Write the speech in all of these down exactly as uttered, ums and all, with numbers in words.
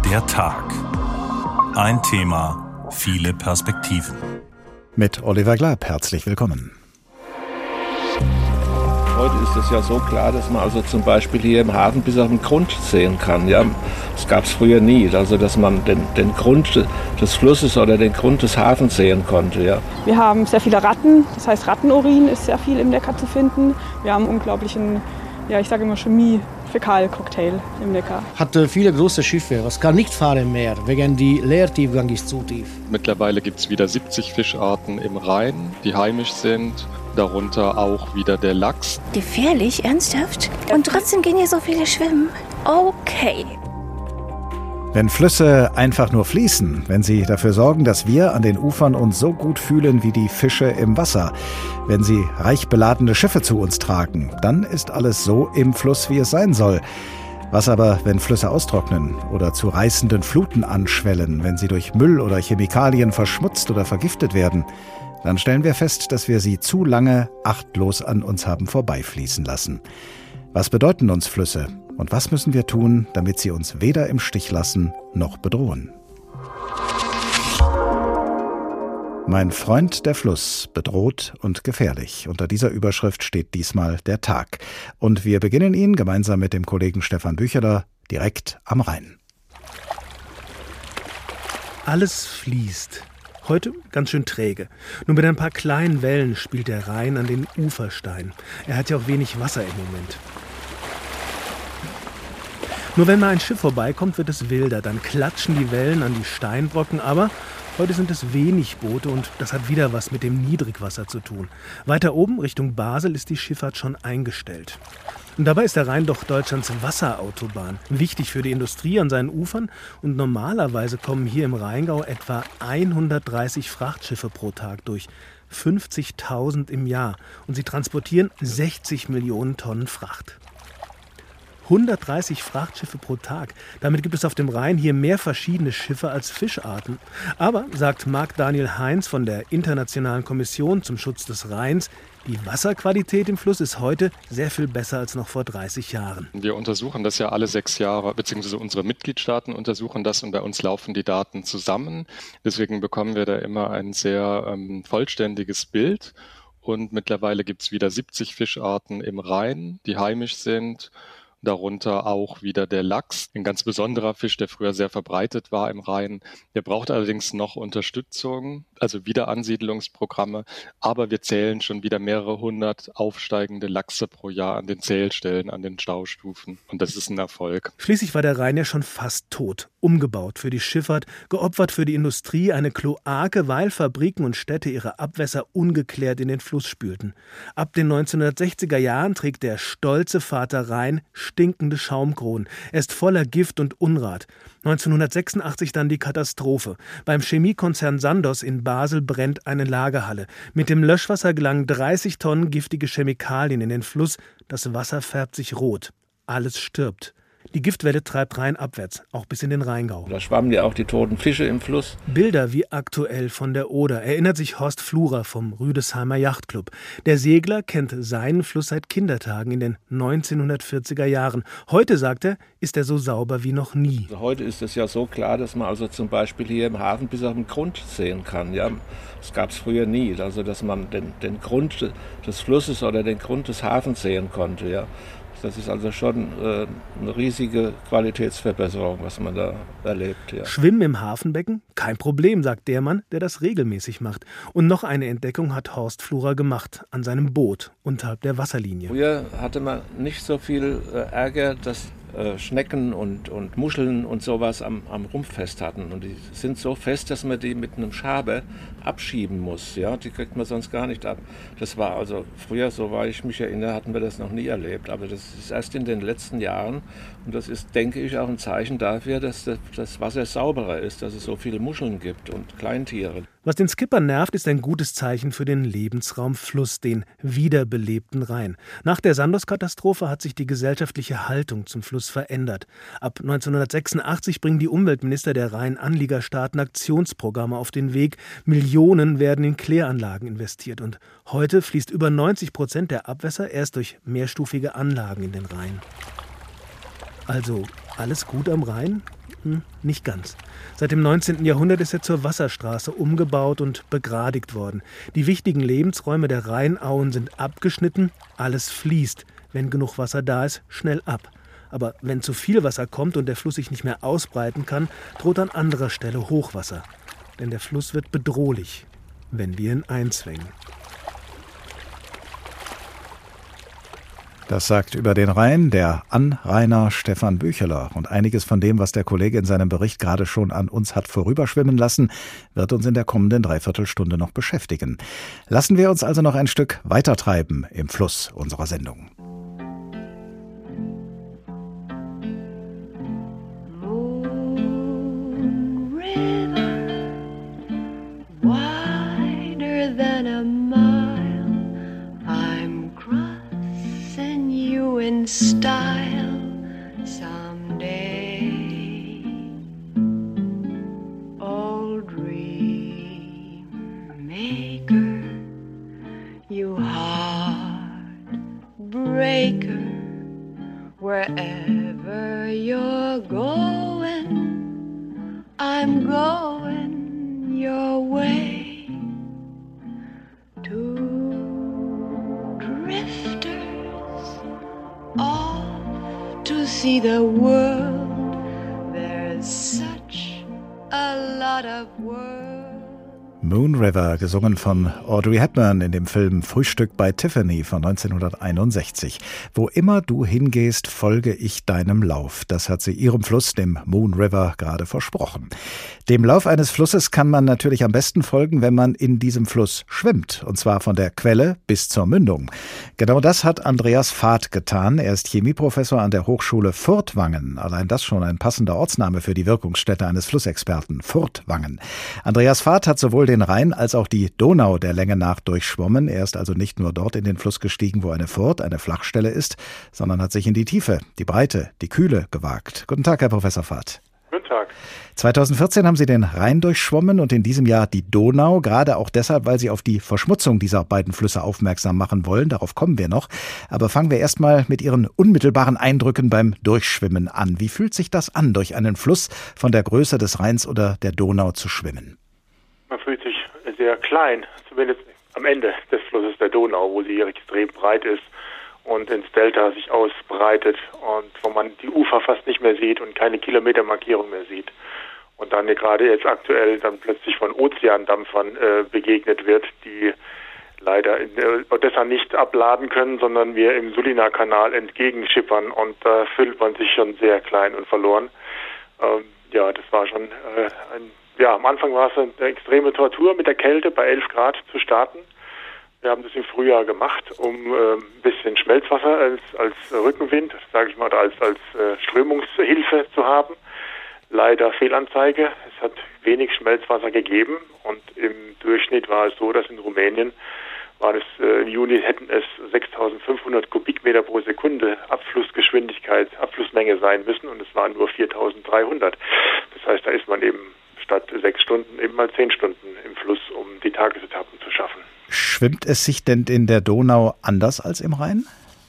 Der Tag. Ein Thema, viele Perspektiven. Mit Oliver Glab, herzlich willkommen. Heute ist es ja so klar, dass man also zum Beispiel hier im Hafen bis auf den Grund sehen kann. Ja? Das gab es früher nie, also dass man den, den Grund des Flusses oder den Grund des Hafens sehen konnte. Ja? Wir haben sehr viele Ratten, das heißt Rattenurin ist sehr viel im Neckar zu finden. Wir haben einen unglaublichen, ja ich sage immer Chemie-Fäkal-Cocktail im Neckar. Hatte viele große Schiffe, es kann nicht fahren mehr, wegen die Leertiefgang ist zu tief. Mittlerweile gibt es wieder siebzig Fischarten im Rhein, die heimisch sind. Darunter auch wieder der Lachs. Gefährlich? Ernsthaft? Und trotzdem gehen hier so viele schwimmen? Okay. Wenn Flüsse einfach nur fließen, wenn sie dafür sorgen, dass wir an den Ufern uns so gut fühlen wie die Fische im Wasser, wenn sie reich beladene Schiffe zu uns tragen, dann ist alles so im Fluss, wie es sein soll. Was aber, wenn Flüsse austrocknen oder zu reißenden Fluten anschwellen, wenn sie durch Müll oder Chemikalien verschmutzt oder vergiftet werden? Dann stellen wir fest, dass wir sie zu lange achtlos an uns haben vorbeifließen lassen. Was bedeuten uns Flüsse und was müssen wir tun, damit sie uns weder im Stich lassen noch bedrohen? Mein Freund der Fluss, bedroht und gefährlich. Unter dieser Überschrift steht diesmal der Tag. Und wir beginnen ihn gemeinsam mit dem Kollegen Stefan Bücheler direkt am Rhein. Alles fließt. Heute ganz schön träge. Nur mit ein paar kleinen Wellen spielt der Rhein an den Ufersteinen. Er hat ja auch wenig Wasser im Moment. Nur wenn mal ein Schiff vorbeikommt, wird es wilder. Dann klatschen die Wellen an die Steinbrocken. Aber heute sind es wenig Boote und das hat wieder was mit dem Niedrigwasser zu tun. Weiter oben, Richtung Basel, ist die Schifffahrt schon eingestellt. Und dabei ist der Rhein doch Deutschlands Wasserautobahn. Wichtig für die Industrie an seinen Ufern. Und normalerweise kommen hier im Rheingau etwa hundertdreißig Frachtsschiffe pro Tag durch. fünfzigtausend im Jahr. Und sie transportieren sechzig Millionen Tonnen Fracht. hundertdreißig Frachtschiffe pro Tag. Damit gibt es auf dem Rhein hier mehr verschiedene Schiffe als Fischarten. Aber, sagt Marc Daniel Heinz von der Internationalen Kommission zum Schutz des Rheins, die Wasserqualität im Fluss ist heute sehr viel besser als noch vor dreißig Jahren. Wir untersuchen das ja alle sechs Jahre, beziehungsweise unsere Mitgliedstaaten untersuchen das und bei uns laufen die Daten zusammen. Deswegen bekommen wir da immer ein sehr ähm, vollständiges Bild. Und mittlerweile gibt es wieder siebzig Fischarten im Rhein, die heimisch sind. Darunter auch wieder der Lachs, ein ganz besonderer Fisch, der früher sehr verbreitet war im Rhein. Der braucht allerdings noch Unterstützung, also Wiederansiedlungsprogramme. Aber wir zählen schon wieder mehrere hundert aufsteigende Lachse pro Jahr an den Zählstellen, an den Staustufen. Und das ist ein Erfolg. Schließlich war der Rhein ja schon fast tot. Umgebaut für die Schifffahrt, geopfert für die Industrie, eine Kloake, weil Fabriken und Städte ihre Abwässer ungeklärt in den Fluss spülten. Ab den neunzehnhundertsechziger Jahren trägt der stolze Vater Rhein stinkende Schaumkronen. Er ist voller Gift und Unrat. neunzehnhundertsechsundachtzig dann die Katastrophe. Beim Chemiekonzern Sandoz in Basel brennt eine Lagerhalle. Mit dem Löschwasser gelangen dreißig Tonnen giftige Chemikalien in den Fluss. Das Wasser färbt sich rot. Alles stirbt. Die Giftwelle treibt rheinabwärts, auch bis in den Rheingau. Da schwammen ja auch die toten Fische im Fluss. Bilder wie aktuell von der Oder erinnert sich Horst Flurer vom Rüdesheimer Yachtclub. Der Segler kennt seinen Fluss seit Kindertagen in den neunzehnhundertvierziger Jahren. Heute, sagt er, ist er so sauber wie noch nie. Also heute ist es ja so klar, dass man also zum Beispiel hier im Hafen bis auf den Grund sehen kann. Ja? Das gab es früher nie, also dass man den, den Grund des Flusses oder den Grund des Hafens sehen konnte. Ja? Das ist also schon äh, eine riesige Qualitätsverbesserung, was man da erlebt. Ja. Schwimmen im Hafenbecken? Kein Problem, sagt der Mann, der das regelmäßig macht. Und noch eine Entdeckung hat Horst Flurer gemacht, an seinem Boot, unterhalb der Wasserlinie. Früher hatte man nicht so viel äh, Ärger, dass äh, Schnecken und, und Muscheln und sowas am, am Rumpf fest hatten. Und die sind so fest, dass man die mit einem Schaber abschieben muss. Ja? Die kriegt man sonst gar nicht ab. Das war also früher, so war ich mich erinnere, hatten wir das noch nie erlebt. Aber das ist erst in den letzten Jahren. Und das ist, denke ich, auch ein Zeichen dafür, dass das Wasser sauberer ist, dass es so viele Muscheln gibt und Kleintiere. Was den Skipper nervt, ist ein gutes Zeichen für den Lebensraum Fluss, den wiederbelebten Rhein. Nach der Sandoz-Katastrophe hat sich die gesellschaftliche Haltung zum Fluss verändert. Ab neunzehnhundertsechsundachtzig bringen die Umweltminister der Rhein-Anliegerstaaten Aktionsprogramme auf den Weg. Millionen werden in Kläranlagen investiert. Und heute fließt über neunzig Prozent der Abwässer erst durch mehrstufige Anlagen in den Rhein. Also alles gut am Rhein? Hm, nicht ganz. Seit dem neunzehnten Jahrhundert ist er zur Wasserstraße umgebaut und begradigt worden. Die wichtigen Lebensräume der Rheinauen sind abgeschnitten, alles fließt, wenn genug Wasser da ist, schnell ab. Aber wenn zu viel Wasser kommt und der Fluss sich nicht mehr ausbreiten kann, droht an anderer Stelle Hochwasser. Denn der Fluss wird bedrohlich, wenn wir ihn einzwängen. Das sagt über den Rhein der Anrainer Stefan Bücheler. Und einiges von dem, was der Kollege in seinem Bericht gerade schon an uns hat vorüberschwimmen lassen, wird uns in der kommenden Dreiviertelstunde noch beschäftigen. Lassen wir uns also noch ein Stück weitertreiben im Fluss unserer Sendung. Moon River, wider than a mile, I'm crossing you in style someday. Oh, dream maker, you heartbreaker, wherever you're going, I'm going your way. Two drifters off to see the world. There's such a lot of world. Moon River, gesungen von Audrey Hepburn in dem Film Frühstück bei Tiffany von neunzehnhunderteinundsechzig. Wo immer du hingehst, folge ich deinem Lauf. Das hat sie ihrem Fluss, dem Moon River, gerade versprochen. Dem Lauf eines Flusses kann man natürlich am besten folgen, wenn man in diesem Fluss schwimmt. Und zwar von der Quelle bis zur Mündung. Genau das hat Andreas Vath getan. Er ist Chemieprofessor an der Hochschule Furtwangen. Allein das schon ein passender Ortsname für die Wirkungsstätte eines Flussexperten. Furtwangen. Andreas Vath hat sowohl den Rhein als auch die Donau der Länge nach durchschwommen. Er ist also nicht nur dort in den Fluss gestiegen, wo eine Furt, eine Flachstelle ist, sondern hat sich in die Tiefe, die Breite, die Kühle gewagt. Guten Tag, Herr Professor Vath. Guten Tag. zweitausendvierzehn haben Sie den Rhein durchschwommen und in diesem Jahr die Donau, gerade auch deshalb, weil Sie auf die Verschmutzung dieser beiden Flüsse aufmerksam machen wollen. Darauf kommen wir noch. Aber fangen wir erst mal mit Ihren unmittelbaren Eindrücken beim Durchschwimmen an. Wie fühlt sich das an, durch einen Fluss von der Größe des Rheins oder der Donau zu schwimmen? Man fühlt sich sehr klein, zumindest am Ende des Flusses der Donau, wo sie extrem breit ist und ins Delta sich ausbreitet und wo man die Ufer fast nicht mehr sieht und keine Kilometermarkierung mehr sieht. Und dann gerade jetzt aktuell dann plötzlich von Ozeandampfern äh, begegnet wird, die leider in äh, Odessa nicht abladen können, sondern wir im Sulina-Kanal entgegenschippern und da äh, fühlt man sich schon sehr klein und verloren. Ähm, ja, das war schon äh, ein Ja, am Anfang war es eine extreme Tortur, mit der Kälte bei elf Grad zu starten. Wir haben das im Frühjahr gemacht, um äh, ein bisschen Schmelzwasser als, als Rückenwind, sage ich mal, oder als, als äh, Strömungshilfe zu haben. Leider Fehlanzeige. Es hat wenig Schmelzwasser gegeben und im Durchschnitt war es so, dass in Rumänien war es, äh, im Juni hätten es sechstausendfünfhundert Kubikmeter pro Sekunde Abflussgeschwindigkeit, Abflussmenge sein müssen und es waren nur viertausenddreihundert. Das heißt, da ist man eben statt sechs Stunden eben mal zehn Stunden im Fluss, um die Tagesetappen zu schaffen. Schwimmt es sich denn in der Donau anders als im Rhein?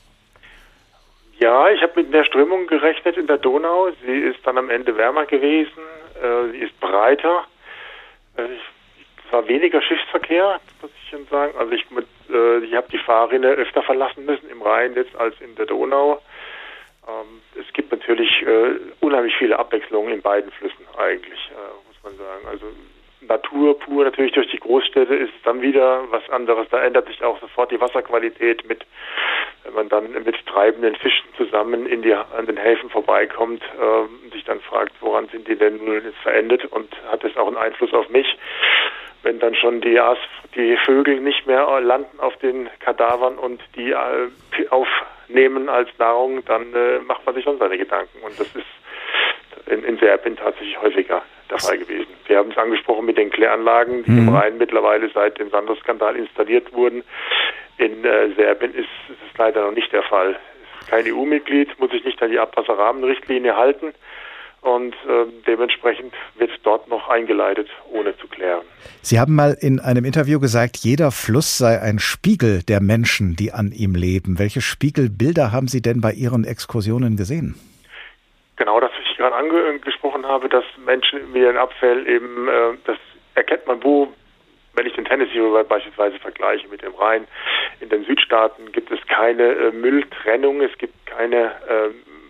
Ja, ich habe mit der Strömung gerechnet in der Donau. Sie ist dann am Ende wärmer gewesen, äh, sie ist breiter. Äh, es war weniger Schiffsverkehr, muss ich schon sagen. Also ich, äh, ich habe die Fahrrinne öfter verlassen müssen im Rhein jetzt als in der Donau. Ähm, es gibt natürlich äh, unheimlich viele Abwechslungen in beiden Flüssen eigentlich, äh, muss man sagen. Also Natur pur, natürlich durch die Großstädte ist dann wieder was anderes. Da ändert sich auch sofort die Wasserqualität mit, wenn man dann mit treibenden Fischen zusammen in die, an den Häfen vorbeikommt äh, und sich dann fragt, woran sind die denn nun jetzt verendet und hat das auch einen Einfluss auf mich? Wenn dann schon die, As, die Vögel nicht mehr landen auf den Kadavern und die äh, aufnehmen als Nahrung, dann äh, macht man sich schon seine Gedanken. Und das ist in, in Serbien tatsächlich häufiger der Fall gewesen. Wir haben es angesprochen mit den Kläranlagen, die mhm. im Rhein mittlerweile seit dem Sandos-Skandal installiert wurden. In äh, Serbien ist es leider noch nicht der Fall. Es ist kein E U-Mitglied, muss sich nicht an die Abwasserrahmenrichtlinie halten. Und äh, dementsprechend wird dort noch eingeleitet, ohne zu klären. Sie haben mal in einem Interview gesagt, jeder Fluss sei ein Spiegel der Menschen, die an ihm leben. Welche Spiegelbilder haben Sie denn bei Ihren Exkursionen gesehen? genau das, was ich gerade angesprochen habe, dass Menschen mit ihren Abfällen eben, äh, das erkennt man, wo, wenn ich den Tennessee River beispielsweise vergleiche mit dem Rhein, in den Südstaaten gibt es keine äh, Mülltrennung, es gibt keine, äh,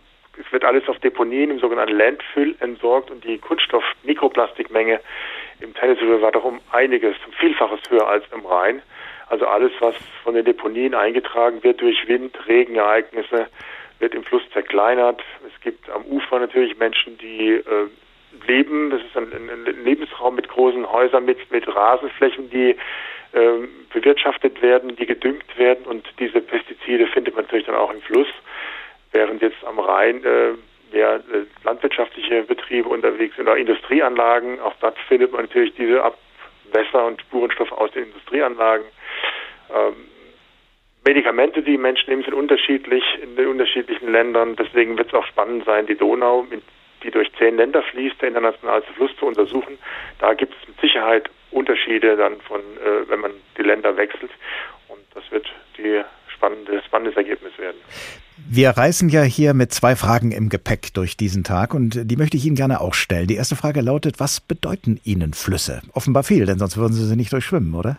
es wird alles auf Deponien im sogenannten Landfill entsorgt und die Kunststoff-Mikroplastikmenge im Tennessee River war doch um einiges, um Vielfaches höher als im Rhein. Also alles, was von den Deponien eingetragen wird durch Wind, Regenereignisse, wird im Fluss zerkleinert. Es gibt am Ufer natürlich Menschen, die äh, leben. Das ist ein, ein Lebensraum mit großen Häusern, mit, mit Rasenflächen, die äh, bewirtschaftet werden, die gedüngt werden. Und diese Pestizide findet man natürlich dann auch im Fluss. Während jetzt am Rhein äh, ja, landwirtschaftliche Betriebe unterwegs sind oder Industrieanlagen. Auch dort findet man natürlich diese Abwässer und Spurenstoffe aus den Industrieanlagen. Ähm, Medikamente, die Menschen nehmen, sind unterschiedlich in den unterschiedlichen Ländern. Deswegen wird es auch spannend sein, die Donau, die durch zehn Länder fließt, der internationalste Fluss, zu untersuchen. Da gibt es mit Sicherheit Unterschiede dann von, äh, wenn man die Länder wechselt. Und das wird die spannende, spannendes Ergebnis werden. Wir reisen ja hier mit zwei Fragen im Gepäck durch diesen Tag und die möchte ich Ihnen gerne auch stellen. Die erste Frage lautet, was bedeuten Ihnen Flüsse? Offenbar viel, denn sonst würden Sie sie nicht durchschwimmen, oder?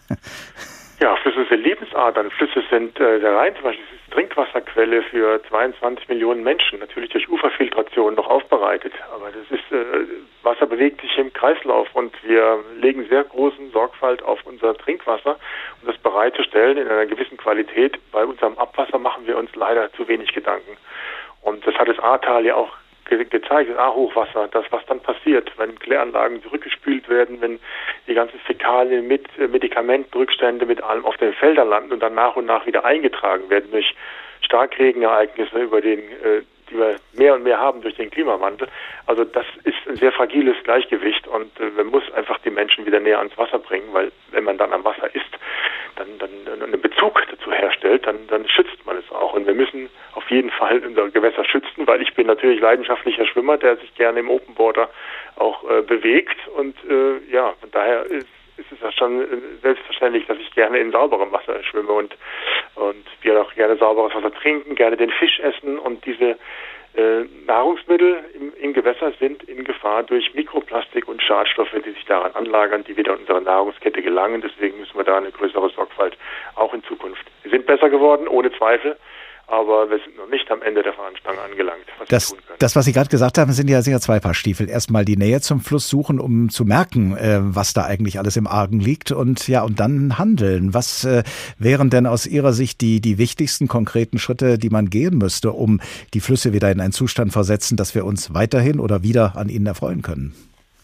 Ja, Flüsse sind Lebensadern. Flüsse sind, äh, der Rhein zum Beispiel ist Trinkwasserquelle für zweiundzwanzig Millionen Menschen, natürlich durch Uferfiltration noch aufbereitet. Aber das ist, äh, Wasser bewegt sich im Kreislauf und wir legen sehr großen Sorgfalt auf unser Trinkwasser, um das bereitzustellen in einer gewissen Qualität. Bei unserem Abwasser machen wir uns leider zu wenig Gedanken. Und das hat das Ahrtal ja auch ge- gezeigt, das Ahrhochwasser, das, was dann passiert, wenn Kläranlagen zurückgespült werden, wenn die ganzen Fäkalien mit äh, Medikamentenrückstände, mit allem auf den Feldern landen und dann nach und nach wieder eingetragen werden durch Starkregenereignisse, über den, äh, die wir mehr und mehr haben durch den Klimawandel. Also das ist ein sehr fragiles Gleichgewicht und äh, man muss einfach die Menschen wieder näher ans Wasser bringen, weil wenn man dann am Wasser ist, dann, dann, dann einen Bezug dazu herstellt, dann, dann schützt man es auch. Und wir müssen auf jeden Fall unser Gewässer schützen, weil ich bin natürlich leidenschaftlicher Schwimmer, der sich gerne im Open Water auch äh, bewegt und äh, ja, von daher ist ist es ja schon selbstverständlich, dass ich gerne in sauberem Wasser schwimme und und wir auch gerne sauberes Wasser trinken, gerne den Fisch essen und diese äh, Nahrungsmittel im, im Gewässer sind in Gefahr durch Mikroplastik und Schadstoffe, die sich daran anlagern, die wieder in unsere Nahrungskette gelangen. Deswegen müssen wir da eine größere Sorgfalt auch in Zukunft. Sie sind besser geworden, ohne Zweifel. Aber wir sind noch nicht am Ende der Fahnenstange angelangt, was das, wir tun können. Das, was Sie gerade gesagt haben, sind ja, sind ja zwei Paar Stiefel. Erstmal die Nähe zum Fluss suchen, um zu merken, äh, was da eigentlich alles im Argen liegt. Und ja, und dann handeln. Was äh, wären denn aus Ihrer Sicht die, die wichtigsten konkreten Schritte, die man gehen müsste, um die Flüsse wieder in einen Zustand versetzen, dass wir uns weiterhin oder wieder an ihnen erfreuen können?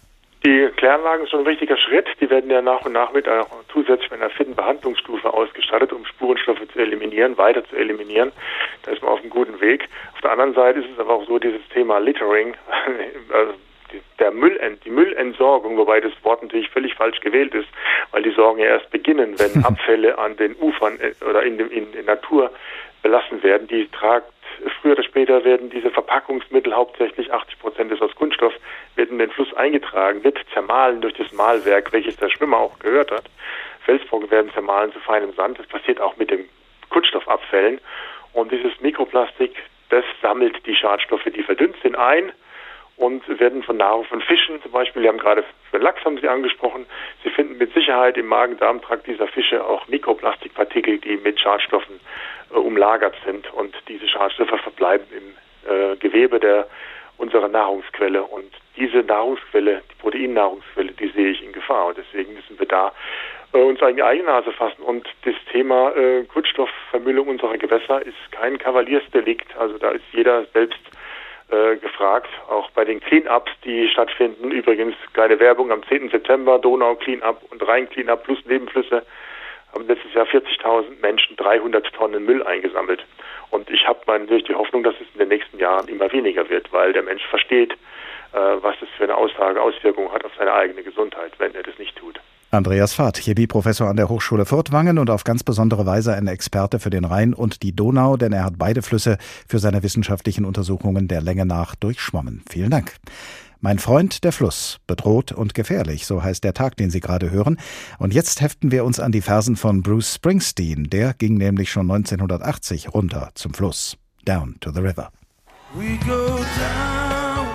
Die Kläranlagen sind schon ein wichtiger Schritt. Die werden ja nach und nach mit einer zusätzlich mit einer vierten Behandlungsstufe ausgestattet, um Spurenstoffe zu eliminieren, weiter zu eliminieren. Da ist man auf einem guten Weg. Auf der anderen Seite ist es aber auch so, dieses Thema Littering, also der Müllent, die Müllentsorgung, wobei das Wort natürlich völlig falsch gewählt ist, weil die Sorgen ja erst beginnen, wenn Abfälle an den Ufern oder in, dem, in der Natur belassen werden. Die tragt früher oder später werden diese Verpackungsmittel, hauptsächlich achtzig Prozent ist aus Kunststoff, wird in den Fluss eingetragen, wird zermahlen durch das Mahlwerk, welches der Schwimmer auch gehört hat. Felsbrocken werden zermahlen zu feinem Sand. Das passiert auch mit den Kunststoffabfällen. Und dieses Mikroplastik, das sammelt die Schadstoffe, die verdünnt sind, ein und werden von Nahrung von Fischen, zum Beispiel, wir haben gerade für Lachs haben Sie angesprochen, Sie finden mit Sicherheit im Magen-Darm-Trakt dieser Fische auch Mikroplastikpartikel, die mit Schadstoffen äh, umlagert sind und diese Schadstoffe verbleiben im äh, Gewebe der unserer Nahrungsquelle und diese Nahrungsquelle, die Proteinnahrungsquelle, die sehe ich in Gefahr und deswegen müssen wir da äh, uns an die eigene Nase fassen und das Thema äh, Kunststoffvermüllung unserer Gewässer ist kein Kavaliersdelikt, also da ist jeder selbst Äh, gefragt, auch bei den Clean-Ups, die stattfinden. Übrigens, kleine Werbung, am zehnten September, Donau Clean-Up und Rhein Clean-Up plus Nebenflüsse haben letztes Jahr vierzigtausend Menschen dreihundert Tonnen Müll eingesammelt. Und ich habe natürlich die Hoffnung, dass es in den nächsten Jahren immer weniger wird, weil der Mensch versteht, äh, was das für eine Aussage, Auswirkung hat auf seine eigene Gesundheit, wenn er das nicht tut. Andreas Vath, Chemieprofessor an der Hochschule Furtwangen und auf ganz besondere Weise ein Experte für den Rhein und die Donau, denn er hat beide Flüsse für seine wissenschaftlichen Untersuchungen der Länge nach durchschwommen. Vielen Dank. Mein Freund, der Fluss, bedroht und gefährlich, so heißt der Tag, den Sie gerade hören. Und jetzt heften wir uns an die Fersen von Bruce Springsteen. Der ging nämlich schon neunzehnhundertachtzig runter zum Fluss. Down to the river. We go down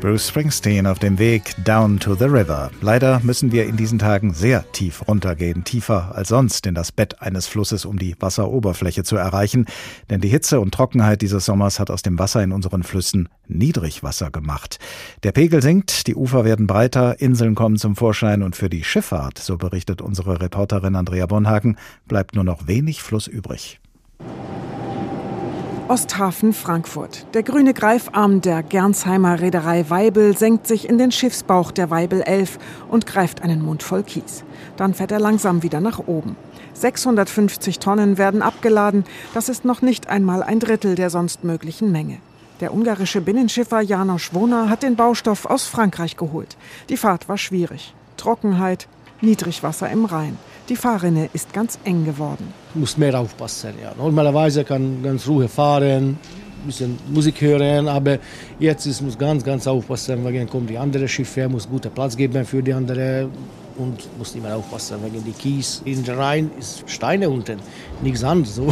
Bruce Springsteen auf dem Weg down to the river. Leider müssen wir in diesen Tagen sehr tief runtergehen, tiefer als sonst in das Bett eines Flusses, um die Wasseroberfläche zu erreichen. Denn die Hitze und Trockenheit dieses Sommers hat aus dem Wasser in unseren Flüssen Niedrigwasser gemacht. Der Pegel sinkt, die Ufer werden breiter, Inseln kommen zum Vorschein und für die Schifffahrt, so berichtet unsere Reporterin Andrea Bonhagen, bleibt nur noch wenig Fluss übrig. Osthafen Frankfurt. Der grüne Greifarm der Gerresheimer Reederei Weibel senkt sich in den Schiffsbauch der Weibel elf und greift einen Mund voll Kies. Dann fährt er langsam wieder nach oben. sechshundertfünfzig Tonnen werden abgeladen. Das ist noch nicht einmal ein Drittel der sonst möglichen Menge. Der ungarische Binnenschiffer János Vona hat den Baustoff aus Frankreich geholt. Die Fahrt war schwierig. Trockenheit, Niedrigwasser im Rhein. Die Fahrrinne ist ganz eng geworden. Muss mehr aufpassen. Ja. Normalerweise kann ganz ruhig fahren, ein bisschen Musik hören, aber jetzt ist, muss ganz, ganz aufpassen, weil dann kommen die anderen Schiffe, muss guten Platz geben für die anderen und muss immer aufpassen, wegen die Kies. In der Rhein ist Steine unten, nichts anderes. So.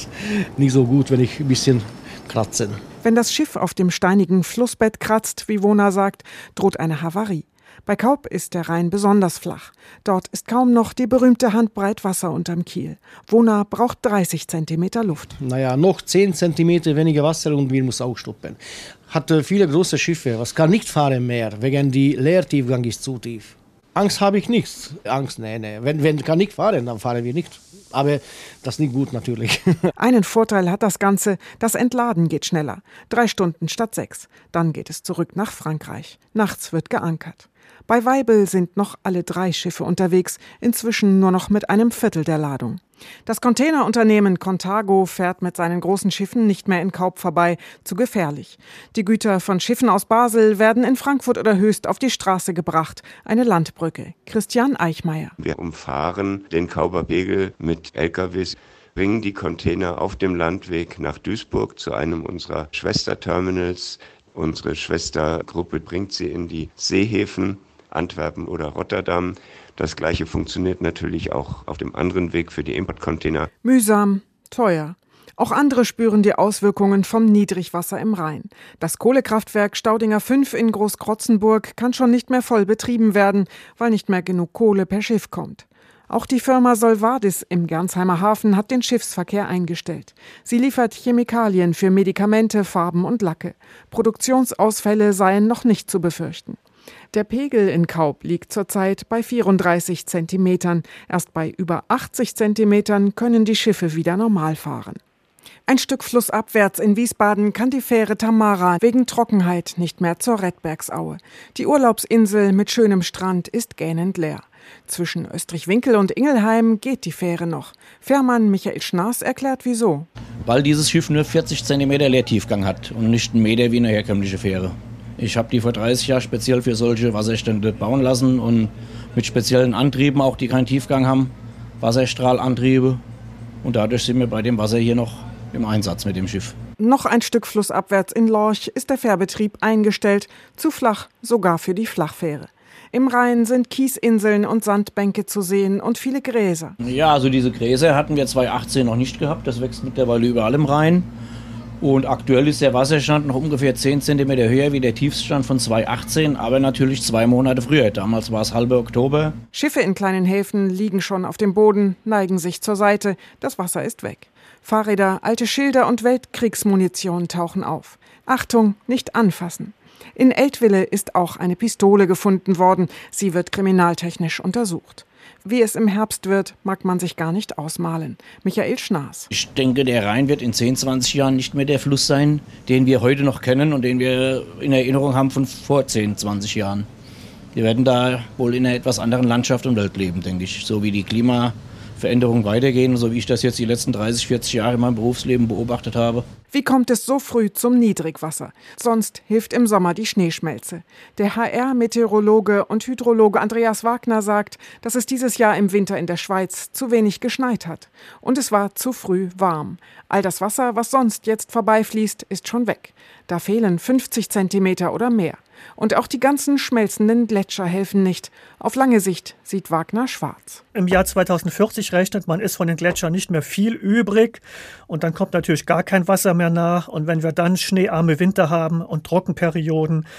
Nicht so gut, wenn ich ein bisschen kratze. Wenn das Schiff auf dem steinigen Flussbett kratzt, wie Vona sagt, droht eine Havarie. Bei Kaup ist der Rhein besonders flach. Dort ist kaum noch die berühmte Handbreit Wasser unterm Kiel. Vona braucht dreißig Zentimeter Luft. Naja, noch zehn Zentimeter weniger Wasser und wir müssen auch stoppen. Hat viele große Schiffe, was kann nicht fahren mehr, wegen die Leertiefgang ist zu tief. Angst habe ich nichts. Angst, nee, nee. Wenn, wenn kann nicht fahren, dann fahren wir nicht. Aber das ist nicht gut natürlich. Einen Vorteil hat das Ganze, das Entladen geht schneller. Drei Stunden statt sechs. Dann geht es zurück nach Frankreich. Nachts wird geankert. Bei Weibel sind noch alle drei Schiffe unterwegs, inzwischen nur noch mit einem Viertel der Ladung. Das Containerunternehmen Contago fährt mit seinen großen Schiffen nicht mehr in Kaup vorbei, zu gefährlich. Die Güter von Schiffen aus Basel werden in Frankfurt oder Höchst auf die Straße gebracht, eine Landbrücke. Christian Eichmeier. Wir umfahren den Kauper Pegel mit L K Ws, bringen die Container auf dem Landweg nach Duisburg zu einem unserer Schwesterterminals. Unsere Schwestergruppe bringt sie in die Seehäfen, Antwerpen oder Rotterdam. Das Gleiche funktioniert natürlich auch auf dem anderen Weg für die Importcontainer. Mühsam, teuer. Auch andere spüren die Auswirkungen vom Niedrigwasser im Rhein. Das Kohlekraftwerk Staudinger fünf in Großkrotzenburg kann schon nicht mehr voll betrieben werden, weil nicht mehr genug Kohle per Schiff kommt. Auch die Firma Solvadis im Gerresheimer Hafen hat den Schiffsverkehr eingestellt. Sie liefert Chemikalien für Medikamente, Farben und Lacke. Produktionsausfälle seien noch nicht zu befürchten. Der Pegel in Kaup liegt zurzeit bei vierunddreißig Zentimetern. Erst bei über achtzig Zentimetern können die Schiffe wieder normal fahren. Ein Stück flussabwärts in Wiesbaden kann die Fähre Tamara wegen Trockenheit nicht mehr zur Redbergsaue. Die Urlaubsinsel mit schönem Strand ist gähnend leer. Zwischen Österreich-Winkel und Ingelheim geht die Fähre noch. Fährmann Michael Schnaas erklärt wieso. Weil dieses Schiff nur vierzig Zentimeter Leertiefgang hat und nicht einen Meter wie eine herkömmliche Fähre. Ich habe die vor dreißig Jahren speziell für solche Wasserstände bauen lassen und mit speziellen Antrieben, auch die keinen Tiefgang haben, Wasserstrahlantriebe. Und dadurch sind wir bei dem Wasser hier noch im Einsatz mit dem Schiff. Noch ein Stück flussabwärts in Lorch ist der Fährbetrieb eingestellt, zu flach sogar für die Flachfähre. Im Rhein sind Kiesinseln und Sandbänke zu sehen und viele Gräser. Ja, also diese Gräser hatten wir zweitausendachtzehn noch nicht gehabt, das wächst mittlerweile überall im Rhein. Und aktuell ist der Wasserstand noch ungefähr zehn Zentimeter höher wie der Tiefststand von zweitausendachtzehn, aber natürlich zwei Monate früher. Damals war es halber Oktober. Schiffe in kleinen Häfen liegen schon auf dem Boden, neigen sich zur Seite. Das Wasser ist weg. Fahrräder, alte Schilder und Weltkriegsmunition tauchen auf. Achtung, nicht anfassen. In Eltville ist auch eine Pistole gefunden worden. Sie wird kriminaltechnisch untersucht. Wie es im Herbst wird, mag man sich gar nicht ausmalen. Michael Schnaas. Ich denke, der Rhein wird in zehn, zwanzig Jahren nicht mehr der Fluss sein, den wir heute noch kennen und den wir in Erinnerung haben von vor zehn, zwanzig Jahren. Wir werden da wohl in einer etwas anderen Landschaft und Welt leben, denke ich. So wie die Klimaveränderungen weitergehen, so wie ich das jetzt die letzten dreißig, vierzig Jahre in meinem Berufsleben beobachtet habe. Wie kommt es so früh zum Niedrigwasser? Sonst hilft im Sommer die Schneeschmelze. Der H R-Meteorologe und Hydrologe Andreas Wagner sagt, dass es dieses Jahr im Winter in der Schweiz zu wenig geschneit hat. Und es war zu früh warm. All das Wasser, was sonst jetzt vorbeifließt, ist schon weg. Da fehlen fünfzig Zentimeter oder mehr. Und auch die ganzen schmelzenden Gletscher helfen nicht. Auf lange Sicht sieht Wagner schwarz. Im Jahr zweitausendvierzig rechnet man, ist von den Gletschern nicht mehr viel übrig. Und dann kommt natürlich gar kein Wasser mehr nach. Und wenn wir dann schneearme Winter haben und Trockenperioden,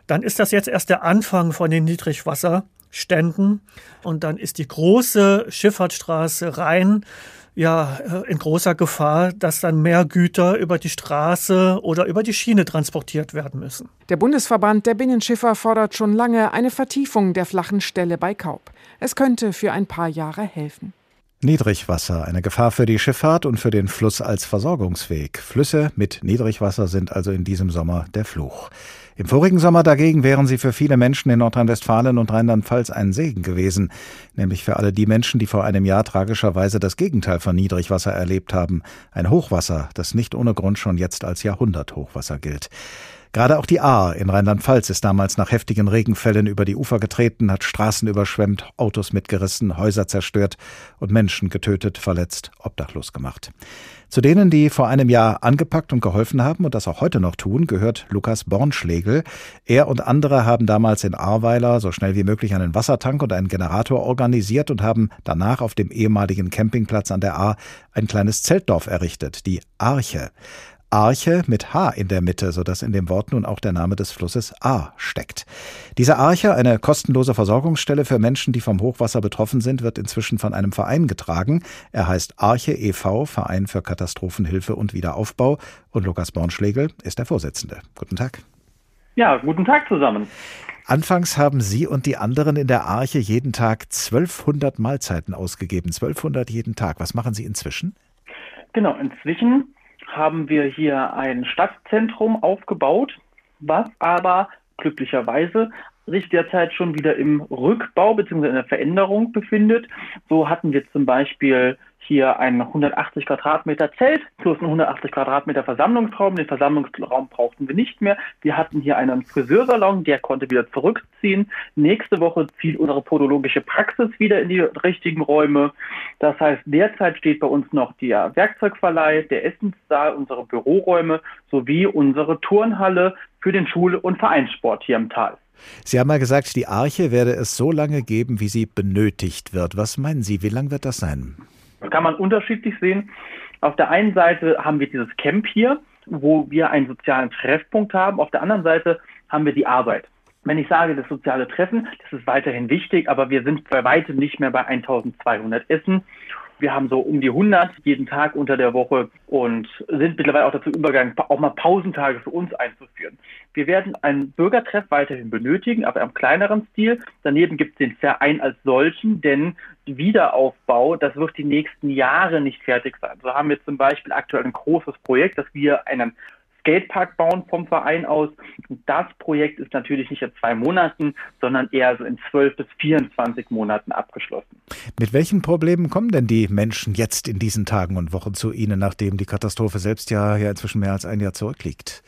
dann ist das jetzt erst der Anfang von den Niedrigwasserständen. Und dann ist die große Schifffahrtsstraße Rhein ja in großer Gefahr, dass dann mehr Güter über die Straße oder über die Schiene transportiert werden müssen. Der Bundesverband der Binnenschiffer fordert schon lange eine Vertiefung der flachen Stelle bei Kaub. Es könnte für ein paar Jahre helfen. Niedrigwasser, eine Gefahr für die Schifffahrt und für den Fluss als Versorgungsweg. Flüsse mit Niedrigwasser sind also in diesem Sommer der Fluch. Im vorigen Sommer dagegen wären sie für viele Menschen in Nordrhein-Westfalen und Rheinland-Pfalz ein Segen gewesen. Nämlich für alle die Menschen, die vor einem Jahr tragischerweise das Gegenteil von Niedrigwasser erlebt haben. Ein Hochwasser, das nicht ohne Grund schon jetzt als Jahrhunderthochwasser gilt. Gerade auch die Ahr in Rheinland-Pfalz ist damals nach heftigen Regenfällen über die Ufer getreten, hat Straßen überschwemmt, Autos mitgerissen, Häuser zerstört und Menschen getötet, verletzt, obdachlos gemacht. Zu denen, die vor einem Jahr angepackt und geholfen haben und das auch heute noch tun, gehört Lukas Bornschlegel. Er und andere haben damals in Ahrweiler so schnell wie möglich einen Wassertank und einen Generator organisiert und haben danach auf dem ehemaligen Campingplatz an der Ahr ein kleines Zeltdorf errichtet, die Arche. Arche mit H in der Mitte, sodass in dem Wort nun auch der Name des Flusses Ahr steckt. Diese Arche, eine kostenlose Versorgungsstelle für Menschen, die vom Hochwasser betroffen sind, wird inzwischen von einem Verein getragen. Er heißt Arche e V, Verein für Katastrophenhilfe und Wiederaufbau. Und Lukas Bornschlegel ist der Vorsitzende. Guten Tag. Ja, guten Tag zusammen. Anfangs haben Sie und die anderen in der Arche jeden Tag zwölfhundert Mahlzeiten ausgegeben. zwölfhundert jeden Tag. Was machen Sie inzwischen? Genau, inzwischen haben wir hier ein Stadtzentrum aufgebaut, was aber glücklicherweise sich derzeit schon wieder im Rückbau bzw. in der Veränderung befindet. So hatten wir zum Beispiel hier ein hundertachtzig Quadratmeter Zelt plus ein hundertachtzig Quadratmeter Versammlungsraum. Den Versammlungsraum brauchten wir nicht mehr. Wir hatten hier einen Friseursalon, der konnte wieder zurückziehen. Nächste Woche zieht unsere podologische Praxis wieder in die richtigen Räume. Das heißt, derzeit steht bei uns noch der Werkzeugverleih, der Essenssaal, unsere Büroräume sowie unsere Turnhalle für den Schul- und Vereinssport hier im Tal. Sie haben mal gesagt, die Arche werde es so lange geben, wie sie benötigt wird. Was meinen Sie, wie lang wird das sein? Das kann man unterschiedlich sehen. Auf der einen Seite haben wir dieses Camp hier, wo wir einen sozialen Treffpunkt haben. Auf der anderen Seite haben wir die Arbeit. Wenn ich sage, das soziale Treffen, das ist weiterhin wichtig, aber wir sind bei weitem nicht mehr bei eintausendzweihundert Essen. Wir haben so um die hundert jeden Tag unter der Woche und sind mittlerweile auch dazu übergegangen, auch mal Pausentage für uns einzuführen. Wir werden einen Bürgertreff weiterhin benötigen, aber im kleineren Stil. Daneben gibt es den Verein als solchen, denn Wiederaufbau, das wird die nächsten Jahre nicht fertig sein. So haben wir zum Beispiel aktuell ein großes Projekt, dass wir einen Skatepark bauen vom Verein aus. Und das Projekt ist natürlich nicht in zwei Monaten, sondern eher so in zwölf bis vierundzwanzig Monaten abgeschlossen. Mit welchen Problemen kommen denn die Menschen jetzt in diesen Tagen und Wochen zu Ihnen, nachdem die Katastrophe selbst ja, ja inzwischen mehr als ein Jahr zurückliegt?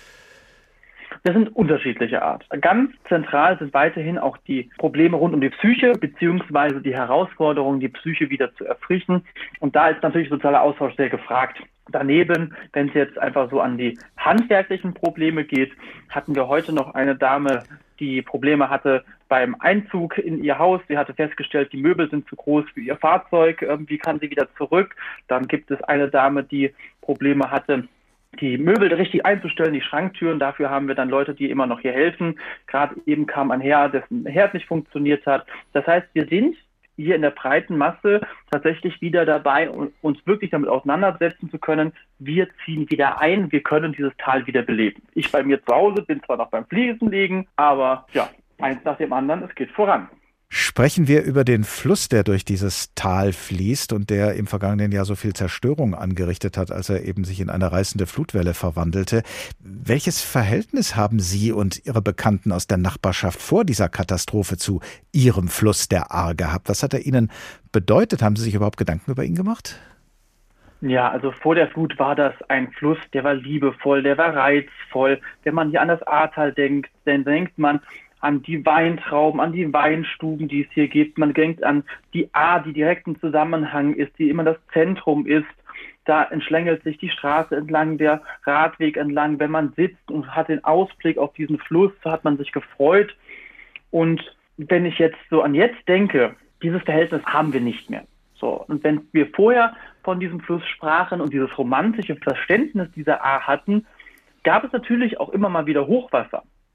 Das sind unterschiedliche Art. Ganz zentral sind weiterhin auch die Probleme rund um die Psyche beziehungsweise die Herausforderung, die Psyche wieder zu erfrischen. Und da ist natürlich sozialer Austausch sehr gefragt. Daneben, wenn es jetzt einfach so an die handwerklichen Probleme geht, hatten wir heute noch eine Dame, die Probleme hatte beim Einzug in ihr Haus. Sie hatte festgestellt, die Möbel sind zu groß für ihr Fahrzeug. Wie kann sie wieder zurück? Dann gibt es eine Dame, die Probleme hatte, die Möbel richtig einzustellen, die Schranktüren. Dafür haben wir dann Leute, die immer noch hier helfen. Gerade eben kam ein Herr, dessen Herd nicht funktioniert hat. Das heißt, wir sind hier in der breiten Masse tatsächlich wieder dabei, uns wirklich damit auseinandersetzen zu können. Wir ziehen wieder ein, wir können dieses Tal wieder beleben. Ich bei mir zu Hause bin zwar noch beim Fliesenlegen, aber ja, eins nach dem anderen, es geht voran. Sprechen wir über den Fluss, der durch dieses Tal fließt und der im vergangenen Jahr so viel Zerstörung angerichtet hat, als er eben sich in eine reißende Flutwelle verwandelte. Welches Verhältnis haben Sie und Ihre Bekannten aus der Nachbarschaft vor dieser Katastrophe zu Ihrem Fluss, der Ahr, gehabt? Was hat er Ihnen bedeutet? Haben Sie sich überhaupt Gedanken über ihn gemacht? Ja, also vor der Flut war das ein Fluss, der war liebevoll, der war reizvoll. Wenn man hier an das Ahrtal denkt, dann denkt man an die Weintrauben, an die Weinstuben, die es hier gibt. Man denkt an die Ahr, die direkt im Zusammenhang ist, die immer das Zentrum ist. Da entschlängelt sich die Straße entlang, der Radweg entlang. Wenn man sitzt und hat den Ausblick auf diesen Fluss, so hat man sich gefreut. Und wenn ich jetzt so an jetzt denke, dieses Verhältnis haben wir nicht mehr. So. Und wenn wir vorher von diesem Fluss sprachen und dieses romantische Verständnis dieser Ahr hatten, gab es natürlich auch immer mal wieder Hochwasser.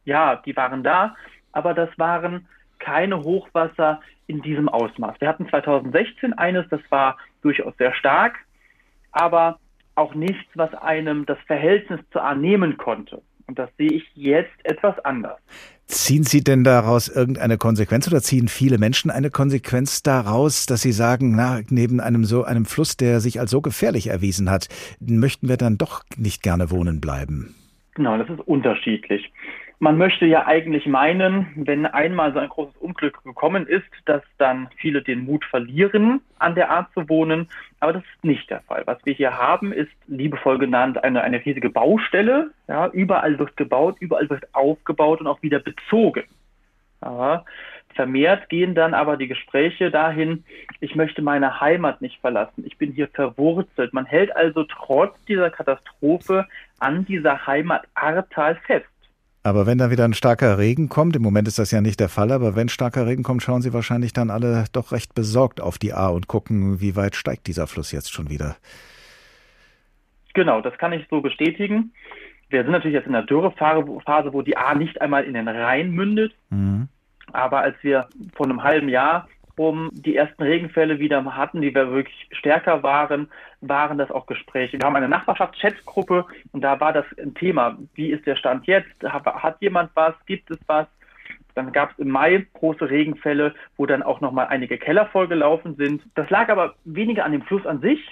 Ja, die waren da, aber das waren keine Hochwasser in diesem Ausmaß. Wir hatten zweitausendsechzehn eines, das war durchaus sehr stark, aber auch nichts, was einem das Verhältnis zur Ahr nehmen konnte. Und das sehe ich jetzt etwas anders. Ziehen Sie denn daraus irgendeine Konsequenz oder ziehen viele Menschen eine Konsequenz daraus, dass sie sagen, na, neben einem so einem Fluss, der sich als so gefährlich erwiesen hat, möchten wir dann doch nicht gerne wohnen bleiben? Genau, das ist unterschiedlich. Man möchte ja eigentlich meinen, wenn einmal so ein großes Unglück gekommen ist, dass dann viele den Mut verlieren, an der Ahr zu wohnen. Aber das ist nicht der Fall. Was wir hier haben, ist liebevoll genannt eine, eine riesige Baustelle. Ja, überall wird gebaut, überall wird aufgebaut und auch wieder bezogen. Ja, vermehrt gehen dann aber die Gespräche dahin, ich möchte meine Heimat nicht verlassen, ich bin hier verwurzelt. Man hält also trotz dieser Katastrophe an dieser Heimat Ahrtal fest. Aber wenn da wieder ein starker Regen kommt, im Moment ist das ja nicht der Fall, aber wenn starker Regen kommt, schauen Sie wahrscheinlich dann alle doch recht besorgt auf die Ahr und gucken, wie weit steigt dieser Fluss jetzt schon wieder. Genau, das kann ich so bestätigen. Wir sind natürlich jetzt in der Dürrephase, wo die Ahr nicht einmal in den Rhein mündet. Mhm. Aber als wir vor einem halben Jahr um die ersten Regenfälle wieder hatten, die wir wirklich stärker waren, waren das auch Gespräche. Wir haben eine Nachbarschafts-Chat-Gruppe und da war das ein Thema. Wie ist der Stand jetzt? Hat jemand was? Gibt es was? Dann gab es im Mai große Regenfälle, wo dann auch nochmal einige Keller vollgelaufen sind. Das lag aber weniger an dem Fluss an sich,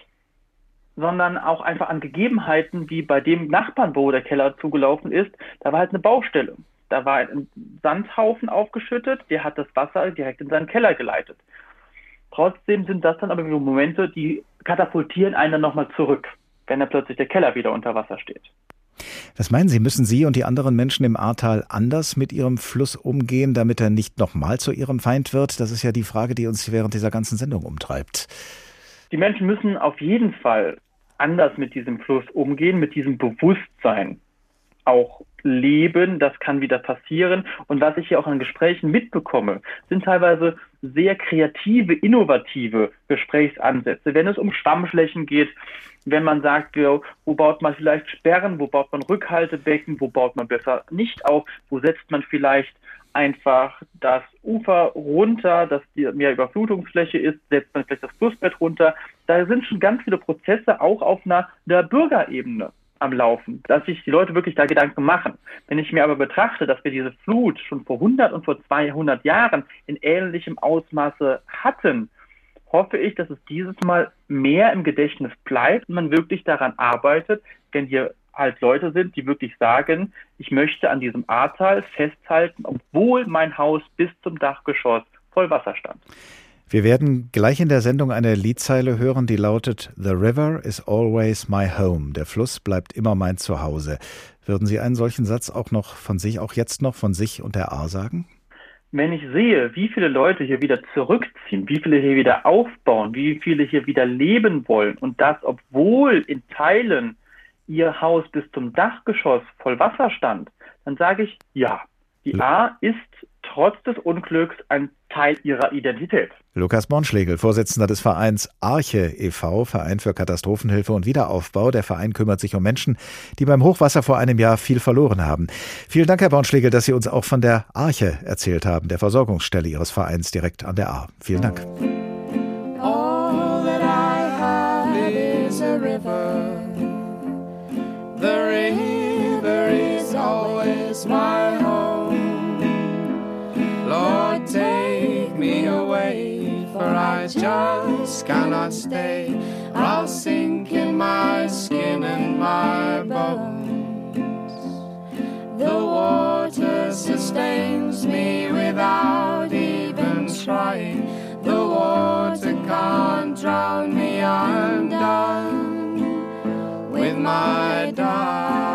sondern auch einfach an Gegebenheiten, wie bei dem Nachbarn, wo der Keller zugelaufen ist. Da war halt eine Baustelle. Da war ein Sandhaufen aufgeschüttet, der hat das Wasser direkt in seinen Keller geleitet. Trotzdem sind das dann aber so Momente, die katapultieren einen dann nochmal zurück, wenn dann plötzlich der Keller wieder unter Wasser steht. Was meinen Sie, müssen Sie und die anderen Menschen im Ahrtal anders mit Ihrem Fluss umgehen, damit er nicht nochmal zu Ihrem Feind wird? Das ist ja die Frage, die uns während dieser ganzen Sendung umtreibt. Die Menschen müssen auf jeden Fall anders mit diesem Fluss umgehen, mit diesem Bewusstsein auch leben, das kann wieder passieren. Und was ich hier auch an Gesprächen mitbekomme, sind teilweise sehr kreative, innovative Gesprächsansätze. Wenn es um Schwammflächen geht, wenn man sagt, wo baut man vielleicht Sperren, wo baut man Rückhaltebecken, wo baut man besser nicht auf, wo setzt man vielleicht einfach das Ufer runter, dass die mehr Überflutungsfläche ist, setzt man vielleicht das Flussbett runter. Da sind schon ganz viele Prozesse auch auf einer, einer Bürgerebene am Laufen, dass sich die Leute wirklich da Gedanken machen. Wenn ich mir aber betrachte, dass wir diese Flut schon vor hundert und vor zweihundert Jahren in ähnlichem Ausmaße hatten, hoffe ich, dass es dieses Mal mehr im Gedächtnis bleibt und man wirklich daran arbeitet, wenn hier halt Leute sind, die wirklich sagen, ich möchte an diesem Ahrtal festhalten, obwohl mein Haus bis zum Dachgeschoss voll Wasser stand. Wir werden gleich in der Sendung eine Liedzeile hören, die lautet The river is always my home. Der Fluss bleibt immer mein Zuhause. Würden Sie einen solchen Satz auch noch von sich, auch jetzt noch von sich und der Ahr sagen? Wenn ich sehe, wie viele Leute hier wieder zurückziehen, wie viele hier wieder aufbauen, wie viele hier wieder leben wollen und das, obwohl in Teilen ihr Haus bis zum Dachgeschoss voll Wasser stand, dann sage ich, ja, die Ahr ist trotz des Unglücks ein Teil ihrer Identität. Lukas Bornschlegel, Vorsitzender des Vereins Arche e V, Verein für Katastrophenhilfe und Wiederaufbau. Der Verein kümmert sich um Menschen, die beim Hochwasser vor einem Jahr viel verloren haben. Vielen Dank, Herr Bornschlegel, dass Sie uns auch von der Arche erzählt haben, der Versorgungsstelle Ihres Vereins direkt an der Ahr. Vielen Dank. All that I have is a river. The river is always my home. Lord, take me away, for I just cannot stay. I'll sink in my skin and my bones. The water sustains me without even trying. The water can't drown me, I'm done with my dying.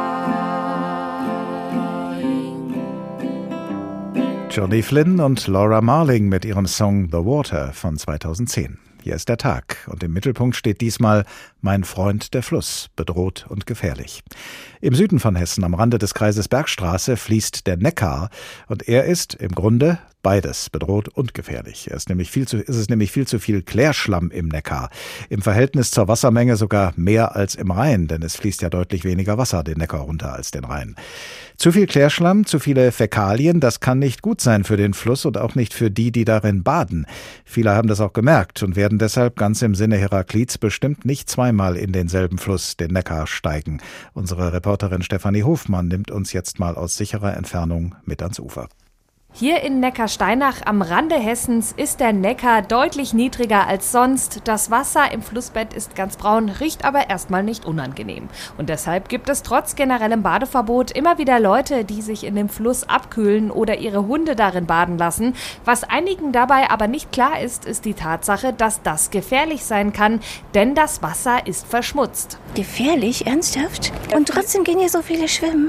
Johnny Flynn und Laura Marling mit ihrem Song The Water von zweitausendzehn. Hier ist der Tag und im Mittelpunkt steht diesmal Mein Freund der Fluss, bedroht und gefährlich. Im Süden von Hessen, am Rande des Kreises Bergstraße, fließt der Neckar und er ist im Grunde beides, bedroht und gefährlich. Es ist nämlich viel zu, es ist nämlich viel zu viel Klärschlamm im Neckar. Im Verhältnis zur Wassermenge sogar mehr als im Rhein, denn es fließt ja deutlich weniger Wasser den Neckar runter als den Rhein. Zu viel Klärschlamm, zu viele Fäkalien, das kann nicht gut sein für den Fluss und auch nicht für die, die darin baden. Viele haben das auch gemerkt und werden deshalb ganz im Sinne Heraklits bestimmt nicht zweimal in denselben Fluss, den Neckar, steigen. Unsere Reporterin Stefanie Hofmann nimmt uns jetzt mal aus sicherer Entfernung mit ans Ufer. Hier in Neckarsteinach am Rande Hessens ist der Neckar deutlich niedriger als sonst. Das Wasser im Flussbett ist ganz braun, riecht aber erstmal nicht unangenehm. Und deshalb gibt es trotz generellem Badeverbot immer wieder Leute, die sich in dem Fluss abkühlen oder ihre Hunde darin baden lassen. Was einigen dabei aber nicht klar ist, ist die Tatsache, dass das gefährlich sein kann, denn das Wasser ist verschmutzt. Gefährlich? Ernsthaft? Und trotzdem gehen hier so viele schwimmen?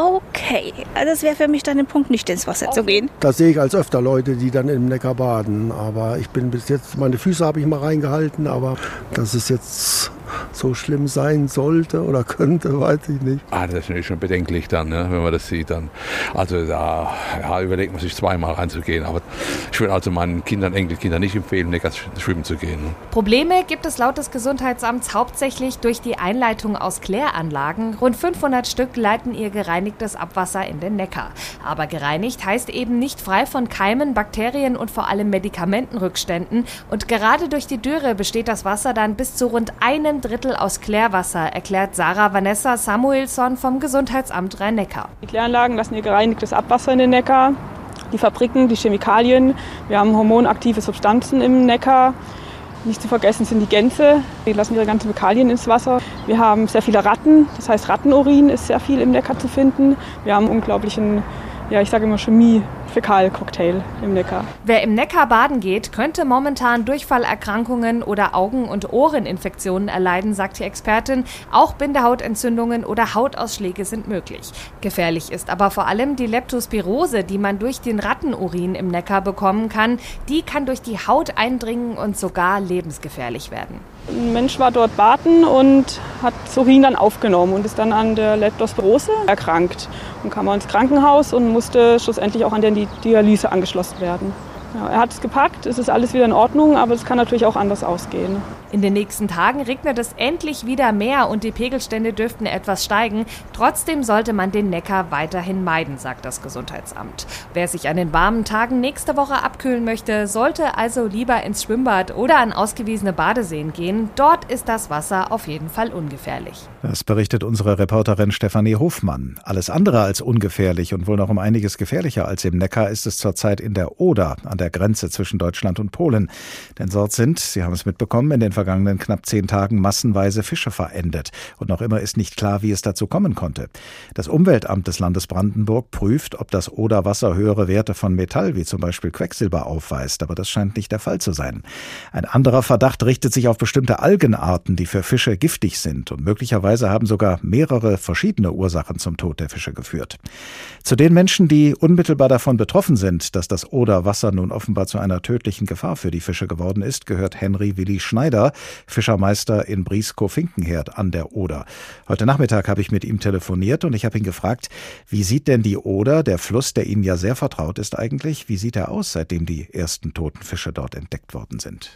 Okay, also das wäre für mich dann ein Punkt, nicht ins Wasser zu gehen. Da sehe ich als öfter Leute, die dann im Neckar baden. Aber ich bin bis jetzt, meine Füße habe ich mal reingehalten, aber dass es jetzt so schlimm sein sollte oder könnte, weiß ich nicht. Ah, das ist schon bedenklich dann, ne, wenn man das sieht dann. Also da ja, überlegt man sich zweimal reinzugehen. Aber ich würde also meinen Kindern, Enkelkindern nicht empfehlen, im Neckar schwimmen zu gehen. Ne. Probleme gibt es laut des Gesundheitsamts hauptsächlich durch die Einleitung aus Kläranlagen. Rund fünfhundert Stück leiten ihr gereinigtes Abwasser in den Neckar. Aber gereinigt heißt eben nicht frei von Keimen, Bakterien und vor allem Medikamentenrückständen. Und gerade durch die Dürre besteht das Wasser dann bis zu rund einem Drittel aus Klärwasser, erklärt Sarah Vanessa Samuelsson vom Gesundheitsamt Rhein-Neckar. Die Kläranlagen lassen ihr gereinigtes Abwasser in den Neckar, die Fabriken, die Chemikalien. Wir haben hormonaktive Substanzen im Neckar. Nicht zu vergessen sind die Gänse, die lassen ihre ganzen Fäkalien ins Wasser. Wir haben sehr viele Ratten, das heißt Rattenurin ist sehr viel im Neckar zu finden. Wir haben unglaublichen, ja ich sage immer Chemie-Fäkal-Cocktail im Neckar. Wer im Neckar baden geht, könnte momentan Durchfallerkrankungen oder Augen- und Ohreninfektionen erleiden, sagt die Expertin. Auch Bindehautentzündungen oder Hautausschläge sind möglich. Gefährlich ist aber vor allem die Leptospirose, die man durch den Rattenurin im Neckar bekommen kann. Die kann durch die Haut eindringen und sogar lebensgefährlich werden. Ein Mensch war dort baden und hat das Urin dann aufgenommen und ist dann an der Leptospirose erkrankt. Und kam ins Krankenhaus und musste schlussendlich auch an der Dialyse angeschlossen werden. Ja, er hat es gepackt, es ist alles wieder in Ordnung, aber es kann natürlich auch anders ausgehen. In den nächsten Tagen regnet es endlich wieder mehr und die Pegelstände dürften etwas steigen. Trotzdem sollte man den Neckar weiterhin meiden, sagt das Gesundheitsamt. Wer sich an den warmen Tagen nächste Woche abkühlen möchte, sollte also lieber ins Schwimmbad oder an ausgewiesene Badeseen gehen. Dort ist das Wasser auf jeden Fall ungefährlich. Das berichtet unsere Reporterin Stefanie Hofmann. Alles andere als ungefährlich und wohl noch um einiges gefährlicher als im Neckar ist es zurzeit in der Oder, an der Grenze zwischen Deutschland und Polen. Denn dort sind, Sie haben es mitbekommen, in den vergangenen knapp zehn Tagen massenweise Fische verendet. Und noch immer ist nicht klar, wie es dazu kommen konnte. Das Umweltamt des Landes Brandenburg prüft, ob das Oderwasser höhere Werte von Metall, wie zum Beispiel Quecksilber, aufweist. Aber das scheint nicht der Fall zu sein. Ein anderer Verdacht richtet sich auf bestimmte Algenarten, die für Fische giftig sind. Und möglicherweise haben sogar mehrere verschiedene Ursachen zum Tod der Fische geführt. Zu den Menschen, die unmittelbar davon betroffen sind, dass das Oderwasser nun offenbar zu einer tödlichen Gefahr für die Fische geworden ist, gehört Henry Willi Schneider, Fischermeister in Brieskow-Finkenherd an der Oder. Heute Nachmittag habe ich mit ihm telefoniert und ich habe ihn gefragt, wie sieht denn die Oder, der Fluss, der Ihnen ja sehr vertraut ist eigentlich, wie sieht er aus, seitdem die ersten toten Fische dort entdeckt worden sind?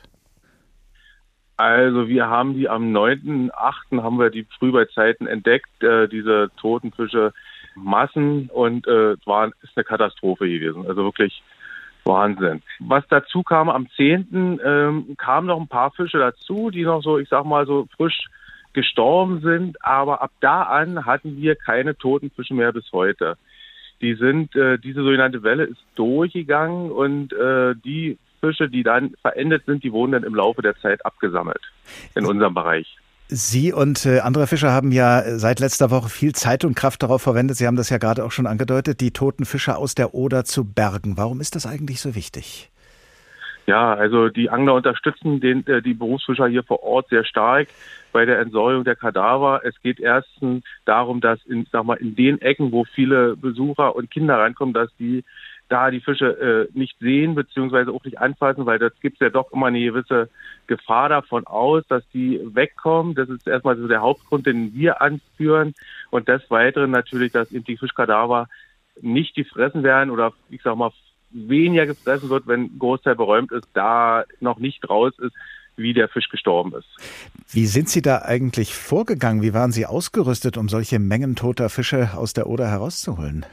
Also wir haben die am neunten achten haben wir die früh bei Zeiten entdeckt, äh, diese toten Fische Massen und äh, es war, ist eine Katastrophe gewesen, also wirklich Wahnsinn. Was dazu kam, am zehnten Ähm, kamen noch ein paar Fische dazu, die noch so, ich sag mal so frisch gestorben sind, aber ab da an hatten wir keine toten Fische mehr bis heute. Die sind, äh, diese sogenannte Welle ist durchgegangen und äh, die Fische, die dann verendet sind, die wurden dann im Laufe der Zeit abgesammelt in unserem Bereich. Sie und äh, andere Fischer haben ja seit letzter Woche viel Zeit und Kraft darauf verwendet, Sie haben das ja gerade auch schon angedeutet, die toten Fische aus der Oder zu bergen. Warum ist das eigentlich so wichtig? Ja, also die Angler unterstützen den, äh, die Berufsfischer hier vor Ort sehr stark bei der Entsorgung der Kadaver. Es geht erstens darum, dass in, sag mal, in den Ecken, wo viele Besucher und Kinder reinkommen, dass die da die Fische äh, nicht sehen beziehungsweise auch nicht anfassen, weil das gibt ja doch immer eine gewisse Gefahr davon aus, dass die wegkommen. Das ist erstmal so der Hauptgrund, den wir anführen. Und des Weiteren natürlich, dass eben die Fischkadaver nicht gefressen werden oder ich sag mal weniger gefressen wird, wenn ein Großteil beräumt ist, da noch nicht raus ist, wie der Fisch gestorben ist. Wie sind Sie da eigentlich vorgegangen? Wie waren Sie ausgerüstet, um solche Mengen toter Fische aus der Oder herauszuholen?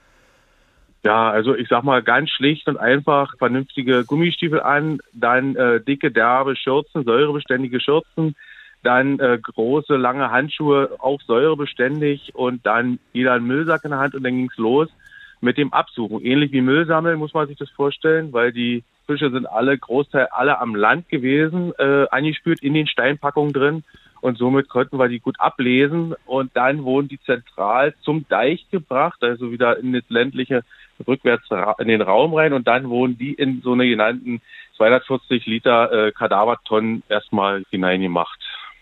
Ja, also ich sag mal ganz schlicht und einfach vernünftige Gummistiefel an, dann äh, dicke, derbe Schürzen, säurebeständige Schürzen, dann äh, große, lange Handschuhe, auch säurebeständig und dann jeder einen Müllsack in der Hand und dann ging's los mit dem Absuchen. Ähnlich wie Müll sammeln muss man sich das vorstellen, weil die Fische sind alle, Großteil alle am Land gewesen, äh, angespült in den Steinpackungen drin und somit konnten wir die gut ablesen und dann wurden die zentral zum Deich gebracht, also wieder in das ländliche rückwärts in den Raum rein und dann wurden die in so eine genannten zweihundertvierzig Liter äh, Kadavertonnen erstmal hineingemacht.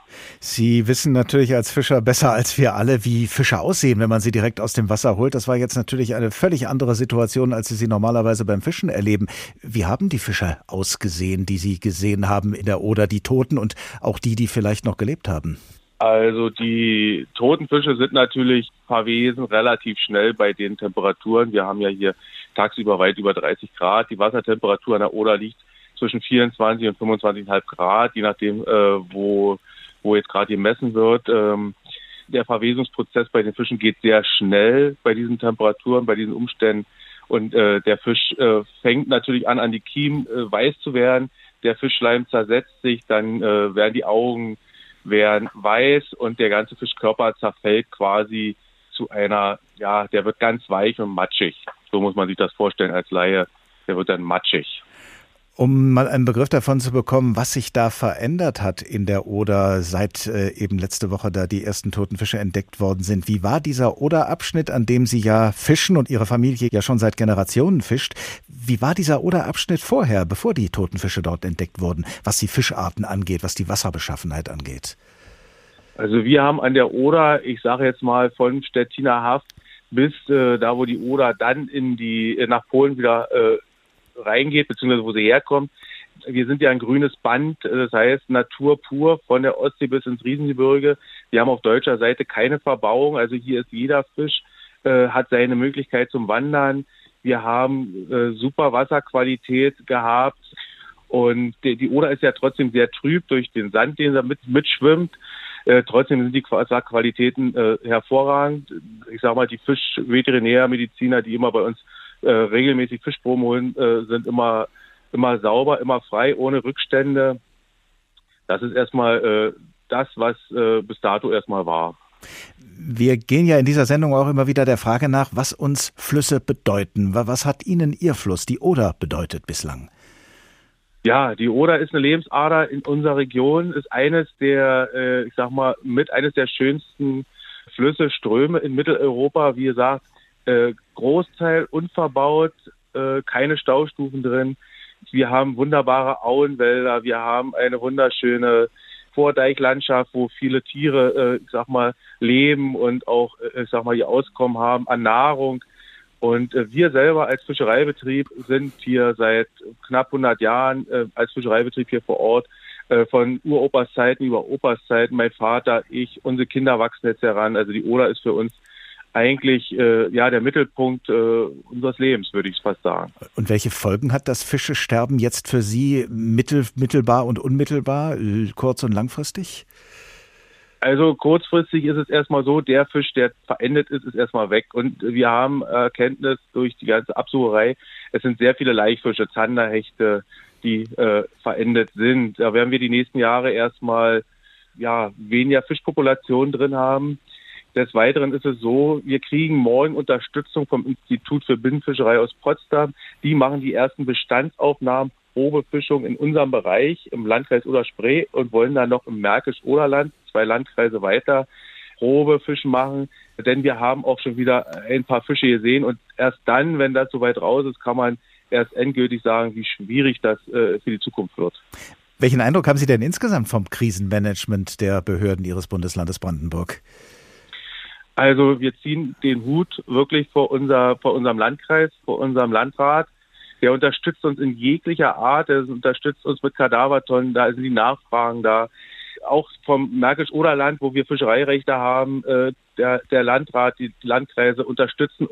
Sie wissen natürlich als Fischer besser als wir alle, wie Fische aussehen, wenn man sie direkt aus dem Wasser holt. Das war jetzt natürlich eine völlig andere Situation, als Sie sie normalerweise beim Fischen erleben. Wie haben die Fische ausgesehen, die Sie gesehen haben in der Oder, die Toten und auch die, die vielleicht noch gelebt haben? Also die toten Fische sind natürlich verwesen relativ schnell bei den Temperaturen. Wir haben ja hier tagsüber weit über dreißig Grad. Die Wassertemperatur an der Oder liegt zwischen vierundzwanzig und fünfundzwanzig Komma fünf Grad, je nachdem, äh, wo wo jetzt gerade gemessen wird. Ähm, der Verwesungsprozess bei den Fischen geht sehr schnell bei diesen Temperaturen, bei diesen Umständen. Und äh, der Fisch äh, fängt natürlich an, an die Kiemen äh, weiß zu werden. Der Fischschleim zersetzt sich, dann äh, werden die Augen werden weiß und der ganze Fischkörper zerfällt quasi zu einer, ja, der wird ganz weich und matschig. So muss man sich das vorstellen als Laie. Der wird dann matschig. Um mal einen Begriff davon zu bekommen, was sich da verändert hat in der Oder, seit äh, eben letzte Woche da die ersten toten Fische entdeckt worden sind. Wie war dieser Oderabschnitt, an dem Sie ja fischen und Ihre Familie ja schon seit Generationen fischt? Wie war dieser Oderabschnitt vorher, bevor die toten Fische dort entdeckt wurden, was die Fischarten angeht, was die Wasserbeschaffenheit angeht? Also wir haben an der Oder, ich sage jetzt mal von Stettiner Haff bis äh, da, wo die Oder dann in die äh, nach Polen wieder äh, reingeht, beziehungsweise wo sie herkommt. Wir sind ja ein grünes Band, das heißt Natur pur von der Ostsee bis ins Riesengebirge. Wir haben auf deutscher Seite keine Verbauung, also hier ist jeder Fisch, äh, hat seine Möglichkeit zum Wandern. Wir haben äh, super Wasserqualität gehabt und die, die Oder ist ja trotzdem sehr trüb durch den Sand, den da mit, mitschwimmt. Äh, trotzdem sind die Wasserqualitäten äh, hervorragend. Ich sage mal, die Fischveterinärmediziner, die immer bei uns Äh, regelmäßig Fischproben holen, äh, sind immer immer sauber, immer frei, ohne Rückstände. Das ist erstmal äh, das, was äh, bis dato erstmal war. Wir gehen ja in dieser Sendung auch immer wieder der Frage nach, was uns Flüsse bedeuten. Was hat Ihnen Ihr Fluss, die Oder, bedeutet bislang? Ja, die Oder ist eine Lebensader in unserer Region, ist eines der, äh, ich sag mal, mit eines der schönsten Flüsse, Ströme in Mitteleuropa, wie gesagt, Äh, Großteil unverbaut, äh, keine Staustufen drin. Wir haben wunderbare Auenwälder, wir haben eine wunderschöne Vordeichlandschaft, wo viele Tiere, äh, ich sag mal, leben und auch, äh, ich sag mal, ihr Auskommen haben an Nahrung. Und äh, wir selber als Fischereibetrieb sind hier seit knapp hundert Jahren äh, als Fischereibetrieb hier vor Ort, äh, von Uropas Zeiten über Opas Zeiten, mein Vater, ich, unsere Kinder wachsen jetzt heran. Also die Oder ist für uns eigentlich äh, ja der Mittelpunkt äh, unseres Lebens, würde ich fast sagen. Und welche Folgen hat das Fischesterben jetzt für Sie mittel, mittelbar und unmittelbar, kurz- und langfristig? Also kurzfristig ist es erstmal so, der Fisch, der verendet ist, ist erstmal weg. Und wir haben Erkenntnis durch die ganze Absucherei, es sind sehr viele Laichfische, Zanderhechte, die äh, verendet sind. Da werden wir die nächsten Jahre erstmal ja weniger Fischpopulationen drin haben. Des Weiteren ist es so, wir kriegen morgen Unterstützung vom Institut für Binnenfischerei aus Potsdam. Die machen die ersten Bestandsaufnahmen, Probefischung in unserem Bereich im Landkreis Oder-Spree und wollen dann noch im Märkisch-Oderland, zwei Landkreise weiter, Probefischen machen. Denn wir haben auch schon wieder ein paar Fische gesehen und erst dann, wenn das soweit raus ist, kann man erst endgültig sagen, wie schwierig das äh, für die Zukunft wird. Welchen Eindruck haben Sie denn insgesamt vom Krisenmanagement der Behörden Ihres Bundeslandes Brandenburg? Also wir ziehen den Hut wirklich vor, unser, vor unserem Landkreis, vor unserem Landrat. Der unterstützt uns in jeglicher Art, der unterstützt uns mit Kadavertonnen, da sind die Nachfragen da. Auch vom Märkisch-Oderland, wo wir Fischereirechte haben, äh, der, der Landrat, die Landkreise unterstützen uns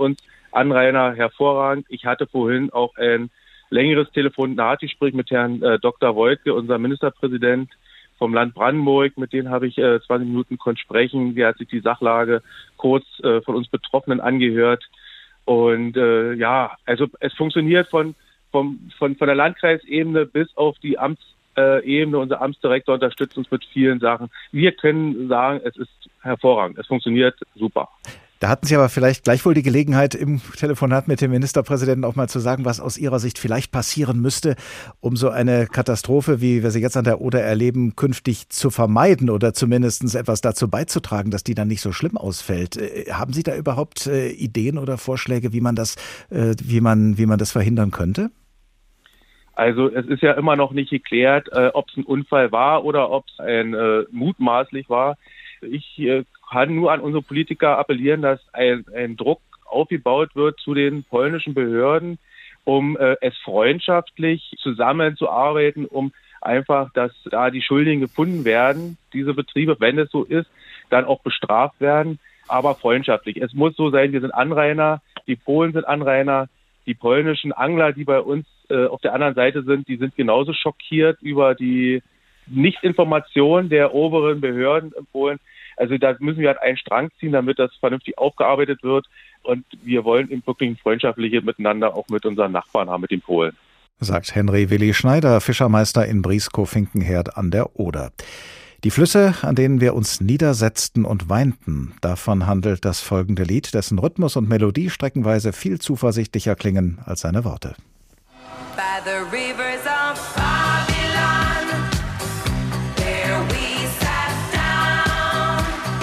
Anrainer hervorragend. Ich hatte vorhin auch ein längeres Telefonatgespräch mit Herrn äh, Doktor Woidke, unserem Ministerpräsident vom Land Brandenburg. Mit dem habe ich äh, zwanzig Minuten konnte sprechen. Der hat sich die Sachlage kurz äh, von uns Betroffenen angehört. Und äh, ja, also es funktioniert von, vom, von, von der Landkreisebene bis auf die Amtsebene. Unser Amtsdirektor unterstützt uns mit vielen Sachen. Wir können sagen, es ist hervorragend. Es funktioniert super. Da hatten Sie aber vielleicht gleichwohl die Gelegenheit, im Telefonat mit dem Ministerpräsidenten auch mal zu sagen, was aus Ihrer Sicht vielleicht passieren müsste, um so eine Katastrophe, wie wir sie jetzt an der Oder erleben, künftig zu vermeiden oder zumindest etwas dazu beizutragen, dass die dann nicht so schlimm ausfällt. Äh, haben Sie da überhaupt äh, Ideen oder Vorschläge, wie man das, äh, wie man, wie man das verhindern könnte? Also es ist ja immer noch nicht geklärt, äh, ob es ein Unfall war oder ob es ein äh, mutmaßlich war. Ich äh, kann nur an unsere Politiker appellieren, dass ein, ein Druck aufgebaut wird zu den polnischen Behörden, um äh, es freundschaftlich zusammenzuarbeiten, um einfach, dass da die Schuldigen gefunden werden, diese Betriebe, wenn es so ist, dann auch bestraft werden, aber freundschaftlich. Es muss so sein, wir sind Anrainer, die Polen sind Anrainer, die polnischen Angler, die bei uns äh, auf der anderen Seite sind, die sind genauso schockiert über die Nichtinformation der oberen Behörden in Polen. Also da müssen wir halt einen Strang ziehen, damit das vernünftig aufgearbeitet wird. Und wir wollen eben wirklich ein freundschaftliches Miteinander auch mit unseren Nachbarn haben, mit den Polen. Sagt Henry Willi Schneider, Fischermeister in Brieskow-Finkenherd an der Oder. Die Flüsse, an denen wir uns niedersetzten und weinten, davon handelt das folgende Lied, dessen Rhythmus und Melodie streckenweise viel zuversichtlicher klingen als seine Worte. By the rivers of Babylon, there we sat down.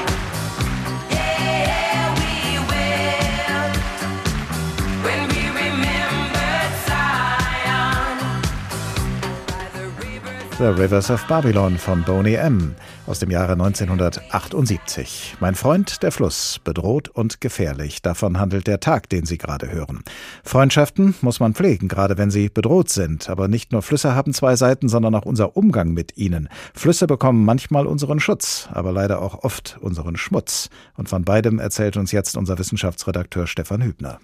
Yeah, we will, when we remembered Zion. The Rivers of Babylon von Boney M. aus dem Jahre neunzehnhundertachtundsiebzig. Mein Freund, der Fluss, bedroht und gefährlich. Davon handelt der Tag, den Sie gerade hören. Freundschaften muss man pflegen, gerade wenn sie bedroht sind. Aber nicht nur Flüsse haben zwei Seiten, sondern auch unser Umgang mit ihnen. Flüsse bekommen manchmal unseren Schutz, aber leider auch oft unseren Schmutz. Und von beidem erzählt uns jetzt unser Wissenschaftsredakteur Stefan Hübner.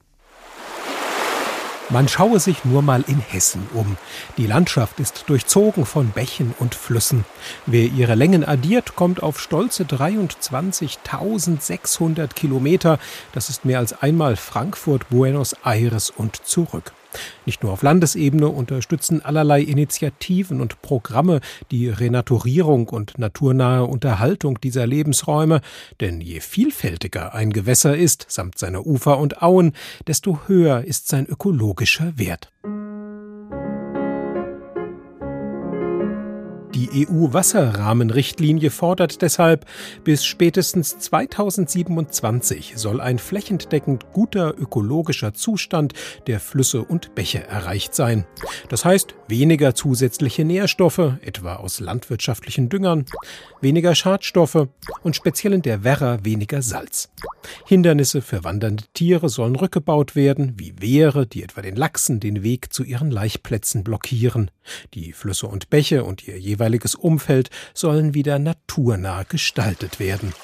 Man schaue sich nur mal in Hessen um. Die Landschaft ist durchzogen von Bächen und Flüssen. Wer ihre Längen addiert, kommt auf stolze dreiundzwanzigtausendsechshundert Kilometer. Das ist mehr als einmal Frankfurt, Buenos Aires und zurück. Nicht nur auf Landesebene unterstützen allerlei Initiativen und Programme die Renaturierung und naturnahe Unterhaltung dieser Lebensräume, denn je vielfältiger ein Gewässer ist, samt seiner Ufer und Auen, desto höher ist sein ökologischer Wert. Die E U-Wasserrahmenrichtlinie fordert deshalb, bis spätestens zweitausendsiebenundzwanzig soll ein flächendeckend guter ökologischer Zustand der Flüsse und Bäche erreicht sein. Das heißt, weniger zusätzliche Nährstoffe, etwa aus landwirtschaftlichen Düngern, weniger Schadstoffe und speziell in der Werra weniger Salz. Hindernisse für wandernde Tiere sollen rückgebaut werden, wie Wehre, die etwa den Lachsen den Weg zu ihren Laichplätzen blockieren. Die Flüsse und Bäche und ihr jeweiliges Umfeld sollen wieder naturnah gestaltet werden.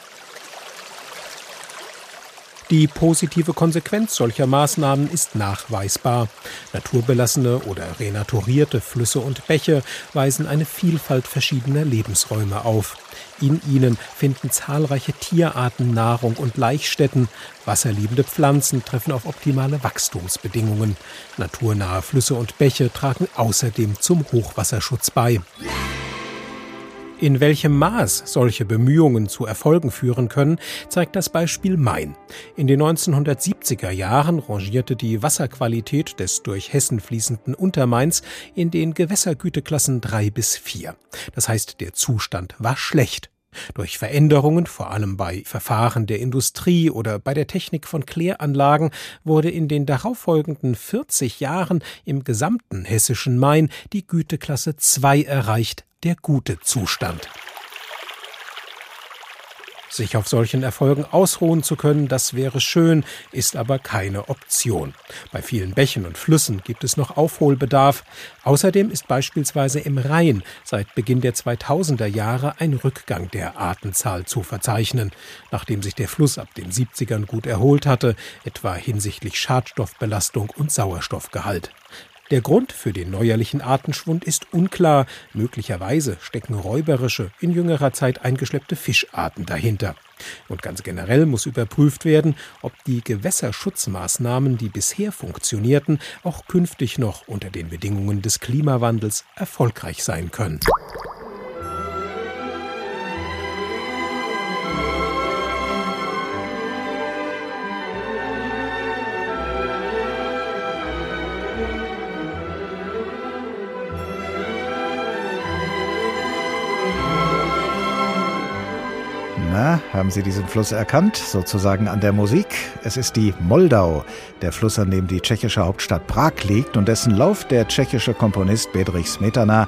Die positive Konsequenz solcher Maßnahmen ist nachweisbar. Naturbelassene oder renaturierte Flüsse und Bäche weisen eine Vielfalt verschiedener Lebensräume auf. In ihnen finden zahlreiche Tierarten Nahrung und Laichstätten. Wasserliebende Pflanzen treffen auf optimale Wachstumsbedingungen. Naturnahe Flüsse und Bäche tragen außerdem zum Hochwasserschutz bei. In welchem Maß solche Bemühungen zu Erfolgen führen können, zeigt das Beispiel Main. In den neunzehnhundertsiebziger Jahren rangierte die Wasserqualität des durch Hessen fließenden Untermains in den Gewässergüteklassen drei bis vier. Das heißt, der Zustand war schlecht. Durch Veränderungen, vor allem bei Verfahren der Industrie oder bei der Technik von Kläranlagen, wurde in den darauffolgenden vierzig Jahren im gesamten hessischen Main die Güteklasse zwei erreicht, der gute Zustand. Sich auf solchen Erfolgen ausruhen zu können, das wäre schön, ist aber keine Option. Bei vielen Bächen und Flüssen gibt es noch Aufholbedarf. Außerdem ist beispielsweise im Rhein seit Beginn der zweitausender Jahre ein Rückgang der Artenzahl zu verzeichnen, nachdem sich der Fluss ab den siebzigern gut erholt hatte, etwa hinsichtlich Schadstoffbelastung und Sauerstoffgehalt. Der Grund für den neuerlichen Artenschwund ist unklar. Möglicherweise stecken räuberische, in jüngerer Zeit eingeschleppte Fischarten dahinter. Und ganz generell muss überprüft werden, ob die Gewässerschutzmaßnahmen, die bisher funktionierten, auch künftig noch unter den Bedingungen des Klimawandels erfolgreich sein können. Na, haben Sie diesen Fluss erkannt, sozusagen an der Musik? Es ist die Moldau, der Fluss, an dem die tschechische Hauptstadt Prag liegt und dessen Lauf der tschechische Komponist Bedřich Smetana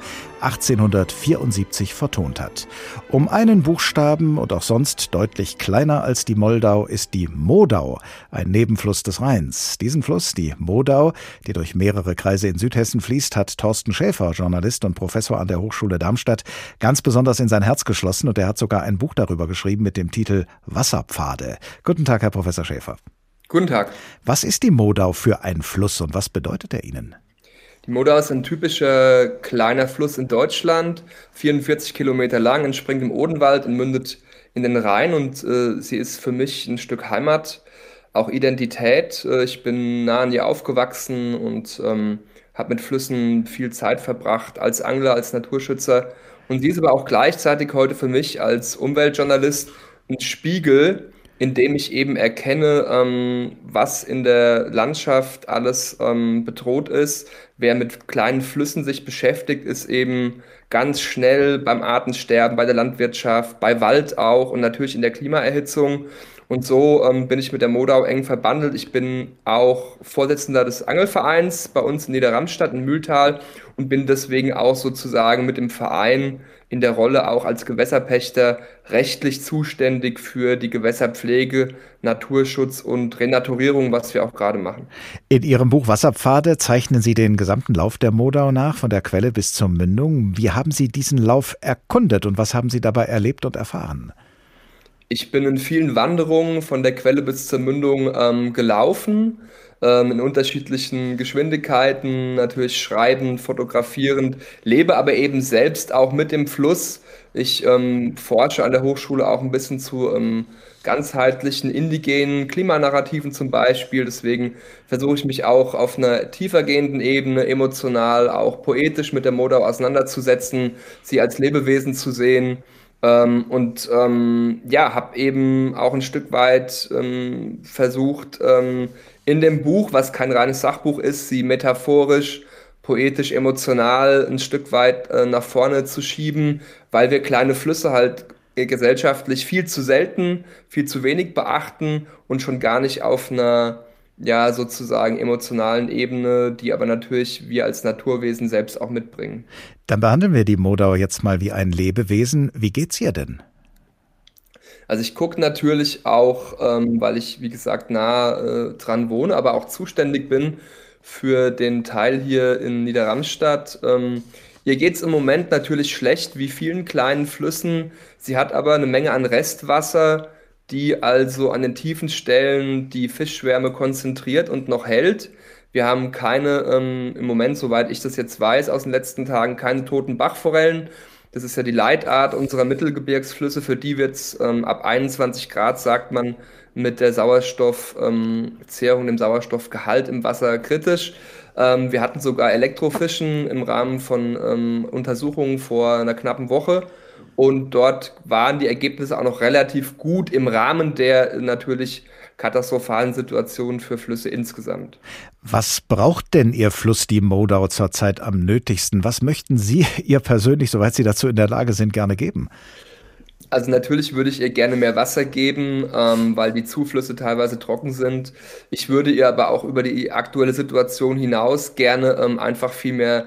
achtzehnhundertvierundsiebzig vertont hat. Um einen Buchstaben und auch sonst deutlich kleiner als die Moldau ist die Modau, ein Nebenfluss des Rheins. Diesen Fluss, die Modau, die durch mehrere Kreise in Südhessen fließt, hat Thorsten Schäfer, Journalist und Professor an der Hochschule Darmstadt, ganz besonders in sein Herz geschlossen und er hat sogar ein Buch darüber geschrieben mit dem Titel Wasserpfade. Guten Tag, Herr Professor Schäfer. Guten Tag. Was ist die Modau für ein Fluss und was bedeutet er Ihnen? Die Modau ist ein typischer kleiner Fluss in Deutschland, vierundvierzig Kilometer lang, entspringt im Odenwald und mündet in den Rhein und äh, sie ist für mich ein Stück Heimat, auch Identität. Äh, ich bin nah an ihr aufgewachsen und ähm, habe mit Flüssen viel Zeit verbracht als Angler, als Naturschützer und sie ist aber auch gleichzeitig heute für mich als Umweltjournalist ein Spiegel, in dem ich eben erkenne, ähm, was in der Landschaft alles ähm, bedroht ist. Wer mit kleinen Flüssen sich beschäftigt, ist eben ganz schnell beim Artensterben, bei der Landwirtschaft, bei Wald auch und natürlich in der Klimaerhitzung. Und so ähm, bin ich mit der Modau eng verbandelt. Ich bin auch Vorsitzender des Angelvereins bei uns in Niederramstadt in Mühltal und bin deswegen auch sozusagen mit dem Verein in der Rolle auch als Gewässerpächter rechtlich zuständig für die Gewässerpflege, Naturschutz und Renaturierung, was wir auch gerade machen. In Ihrem Buch Wasserpfade zeichnen Sie den gesamten Lauf der Modau nach, von der Quelle bis zur Mündung. Wie haben Sie diesen Lauf erkundet und was haben Sie dabei erlebt und erfahren? Ich bin in vielen Wanderungen von der Quelle bis zur Mündung ähm, gelaufen, ähm, in unterschiedlichen Geschwindigkeiten, natürlich schreibend, fotografierend, lebe aber eben selbst auch mit dem Fluss. Ich ähm, forsche an der Hochschule auch ein bisschen zu ähm, ganzheitlichen indigenen Klimanarrativen zum Beispiel. Deswegen versuche ich mich auch auf einer tiefergehenden Ebene, emotional, auch poetisch mit der Modau auseinanderzusetzen, sie als Lebewesen zu sehen. Ähm, und ähm, ja, habe eben auch ein Stück weit ähm, versucht, ähm, in dem Buch, was kein reines Sachbuch ist, sie metaphorisch, poetisch, emotional ein Stück weit äh, nach vorne zu schieben, weil wir kleine Flüsse halt gesellschaftlich viel zu selten, viel zu wenig beachten und schon gar nicht auf einer ja sozusagen emotionalen Ebene, die aber natürlich wir als Naturwesen selbst auch mitbringen. Dann behandeln wir die Modau jetzt mal wie ein Lebewesen. Wie geht's ihr denn? Also ich gucke natürlich auch, ähm, weil ich wie gesagt nah äh, dran wohne, aber auch zuständig bin für den Teil hier in Niederramstadt. Ähm, ihr geht's im Moment natürlich schlecht, wie vielen kleinen Flüssen. Sie hat aber eine Menge an Restwasser, die also an den tiefen Stellen die Fischschwärme konzentriert und noch hält. Wir haben keine, ähm, im Moment, soweit ich das jetzt weiß, aus den letzten Tagen, keine toten Bachforellen. Das ist ja die Leitart unserer Mittelgebirgsflüsse. Für die wird es ähm, ab einundzwanzig Grad, sagt man, mit der Sauerstoffzehrung, ähm, dem Sauerstoffgehalt im Wasser kritisch. Ähm, wir hatten sogar Elektrofischen im Rahmen von ähm, Untersuchungen vor einer knappen Woche. Und dort waren die Ergebnisse auch noch relativ gut im Rahmen der natürlich katastrophalen Situationen für Flüsse insgesamt. Was braucht denn Ihr Fluss, die Modau, zurzeit am nötigsten? Was möchten Sie ihr persönlich, soweit Sie dazu in der Lage sind, gerne geben? Also natürlich würde ich ihr gerne mehr Wasser geben, ähm, weil die Zuflüsse teilweise trocken sind. Ich würde ihr aber auch über die aktuelle Situation hinaus gerne ähm, einfach viel mehr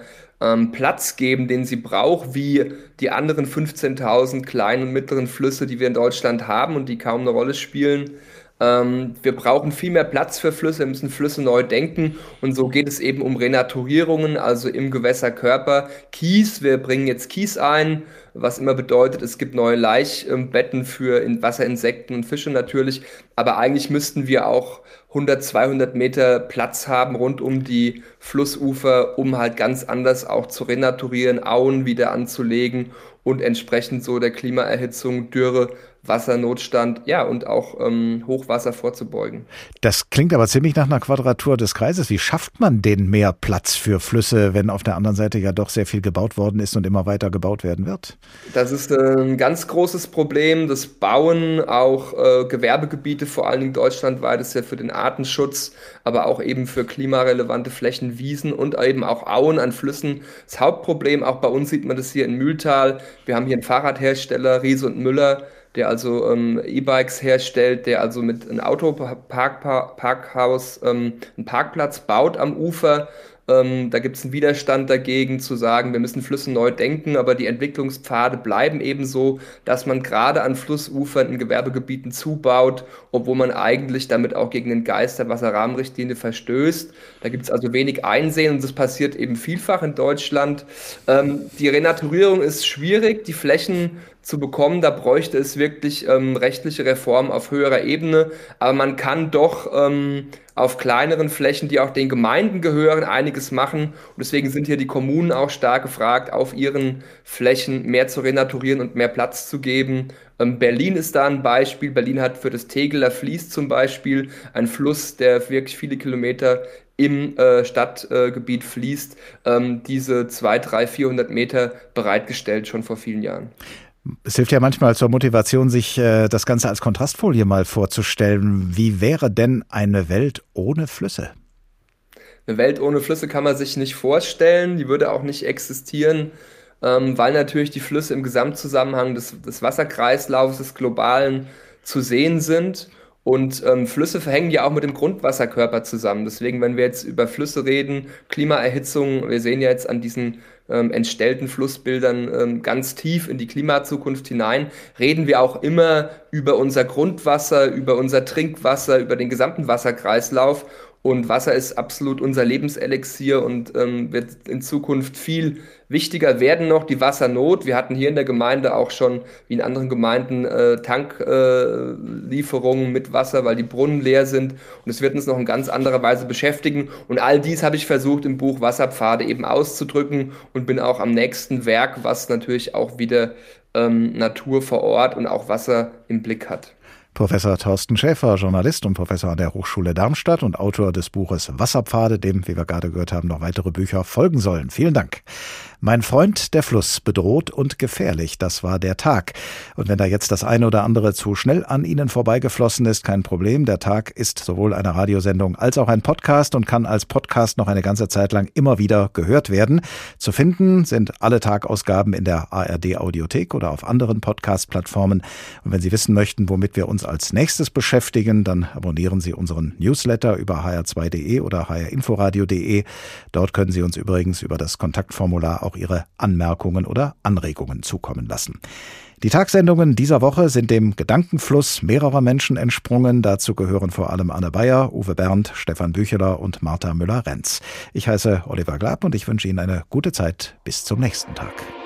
ähm, Platz geben, den sie braucht, wie die anderen fünfzehntausend kleinen und mittleren Flüsse, die wir in Deutschland haben und die kaum eine Rolle spielen. Ähm, wir brauchen viel mehr Platz für Flüsse, wir müssen Flüsse neu denken und so geht es eben um Renaturierungen, also im Gewässerkörper. Kies, wir bringen jetzt Kies ein, was immer bedeutet, es gibt neue Laichbetten für Wasserinsekten und Fische natürlich, aber eigentlich müssten wir auch hundert, zweihundert Meter Platz haben rund um die Flussufer, um halt ganz anders auch zu renaturieren, Auen wieder anzulegen und entsprechend so der Klimaerhitzung, Dürre, Wassernotstand, ja, und auch ähm, Hochwasser vorzubeugen. Das klingt aber ziemlich nach einer Quadratur des Kreises. Wie schafft man denn mehr Platz für Flüsse, wenn auf der anderen Seite ja doch sehr viel gebaut worden ist und immer weiter gebaut werden wird? Das ist ein ganz großes Problem. Das Bauen, auch äh, Gewerbegebiete, vor allen Dingen deutschlandweit, ist ja für den Artenschutz, aber auch eben für klimarelevante Flächen, Wiesen und eben auch Auen an Flüssen. Das Hauptproblem, auch bei uns sieht man das hier in Mühltal. Wir haben hier einen Fahrradhersteller, Riese und Müller, der also ähm, E-Bikes herstellt, der also mit einem Autoparkhaus ähm, einen Parkplatz baut am Ufer. Ähm, da gibt es einen Widerstand dagegen, zu sagen, wir müssen Flüsse neu denken, aber die Entwicklungspfade bleiben eben so, dass man gerade an Flussufern in Gewerbegebieten zubaut, obwohl man eigentlich damit auch gegen den Geist der Wasserrahmenrichtlinie verstößt. Da gibt es also wenig Einsehen und das passiert eben vielfach in Deutschland. Ähm, die Renaturierung ist schwierig, die Flächen zu bekommen, da bräuchte es wirklich ähm, rechtliche Reformen auf höherer Ebene, aber man kann doch ähm, auf kleineren Flächen, die auch den Gemeinden gehören, einiges machen und deswegen sind hier die Kommunen auch stark gefragt, auf ihren Flächen mehr zu renaturieren und mehr Platz zu geben. Ähm, Berlin ist da ein Beispiel. Berlin hat für das Tegeler Fließ zum Beispiel einen Fluss, der wirklich viele Kilometer im äh, Stadtgebiet äh, fließt, ähm, diese zweihundert, dreihundert, vierhundert Meter bereitgestellt, schon vor vielen Jahren. Es hilft ja manchmal zur Motivation, sich äh, das Ganze als Kontrastfolie mal vorzustellen. Wie wäre denn eine Welt ohne Flüsse? Eine Welt ohne Flüsse kann man sich nicht vorstellen. Die würde auch nicht existieren, ähm, weil natürlich die Flüsse im Gesamtzusammenhang des, des Wasserkreislaufs, des Globalen zu sehen sind. Und ähm, Flüsse verhängen ja auch mit dem Grundwasserkörper zusammen. Deswegen, wenn wir jetzt über Flüsse reden, Klimaerhitzung, wir sehen ja jetzt an diesen ähm, entstellten Flussbildern ähm, ganz tief in die Klimazukunft hinein, reden wir auch immer über unser Grundwasser, über unser Trinkwasser, über den gesamten Wasserkreislauf. Und Wasser ist absolut unser Lebenselixier und ähm, wird in Zukunft viel wichtiger werden noch, die Wassernot. Wir hatten hier in der Gemeinde auch schon, wie in anderen Gemeinden, äh, Tanklieferungen äh, mit Wasser, weil die Brunnen leer sind. Und es wird uns noch in ganz anderer Weise beschäftigen. Und all dies habe ich versucht im Buch Wasserpfade eben auszudrücken und bin auch am nächsten Werk, was natürlich auch wieder ähm, Natur vor Ort und auch Wasser im Blick hat. Professor Thorsten Schäfer, Journalist und Professor an der Hochschule Darmstadt und Autor des Buches Wasserpfade, dem, wie wir gerade gehört haben, noch weitere Bücher folgen sollen. Vielen Dank. Mein Freund, der Fluss, bedroht und gefährlich, das war der Tag. Und wenn da jetzt das eine oder andere zu schnell an Ihnen vorbeigeflossen ist, kein Problem. Der Tag ist sowohl eine Radiosendung als auch ein Podcast und kann als Podcast noch eine ganze Zeit lang immer wieder gehört werden. Zu finden sind alle Tagausgaben in der A R D-Audiothek oder auf anderen Podcast-Plattformen. Und wenn Sie wissen möchten, womit wir uns als nächstes beschäftigen, dann abonnieren Sie unseren Newsletter über h r zwei punkt d e oder h r inforadio punkt d e. Dort können Sie uns übrigens über das Kontaktformular auch Ihre Anmerkungen oder Anregungen zukommen lassen. Die Tagsendungen dieser Woche sind dem Gedankenfluss mehrerer Menschen entsprungen. Dazu gehören vor allem Anne Bayer, Uwe Berndt, Stefan Bücheler und Martha Müller-Renz. Ich heiße Oliver Glab und ich wünsche Ihnen eine gute Zeit bis zum nächsten Tag.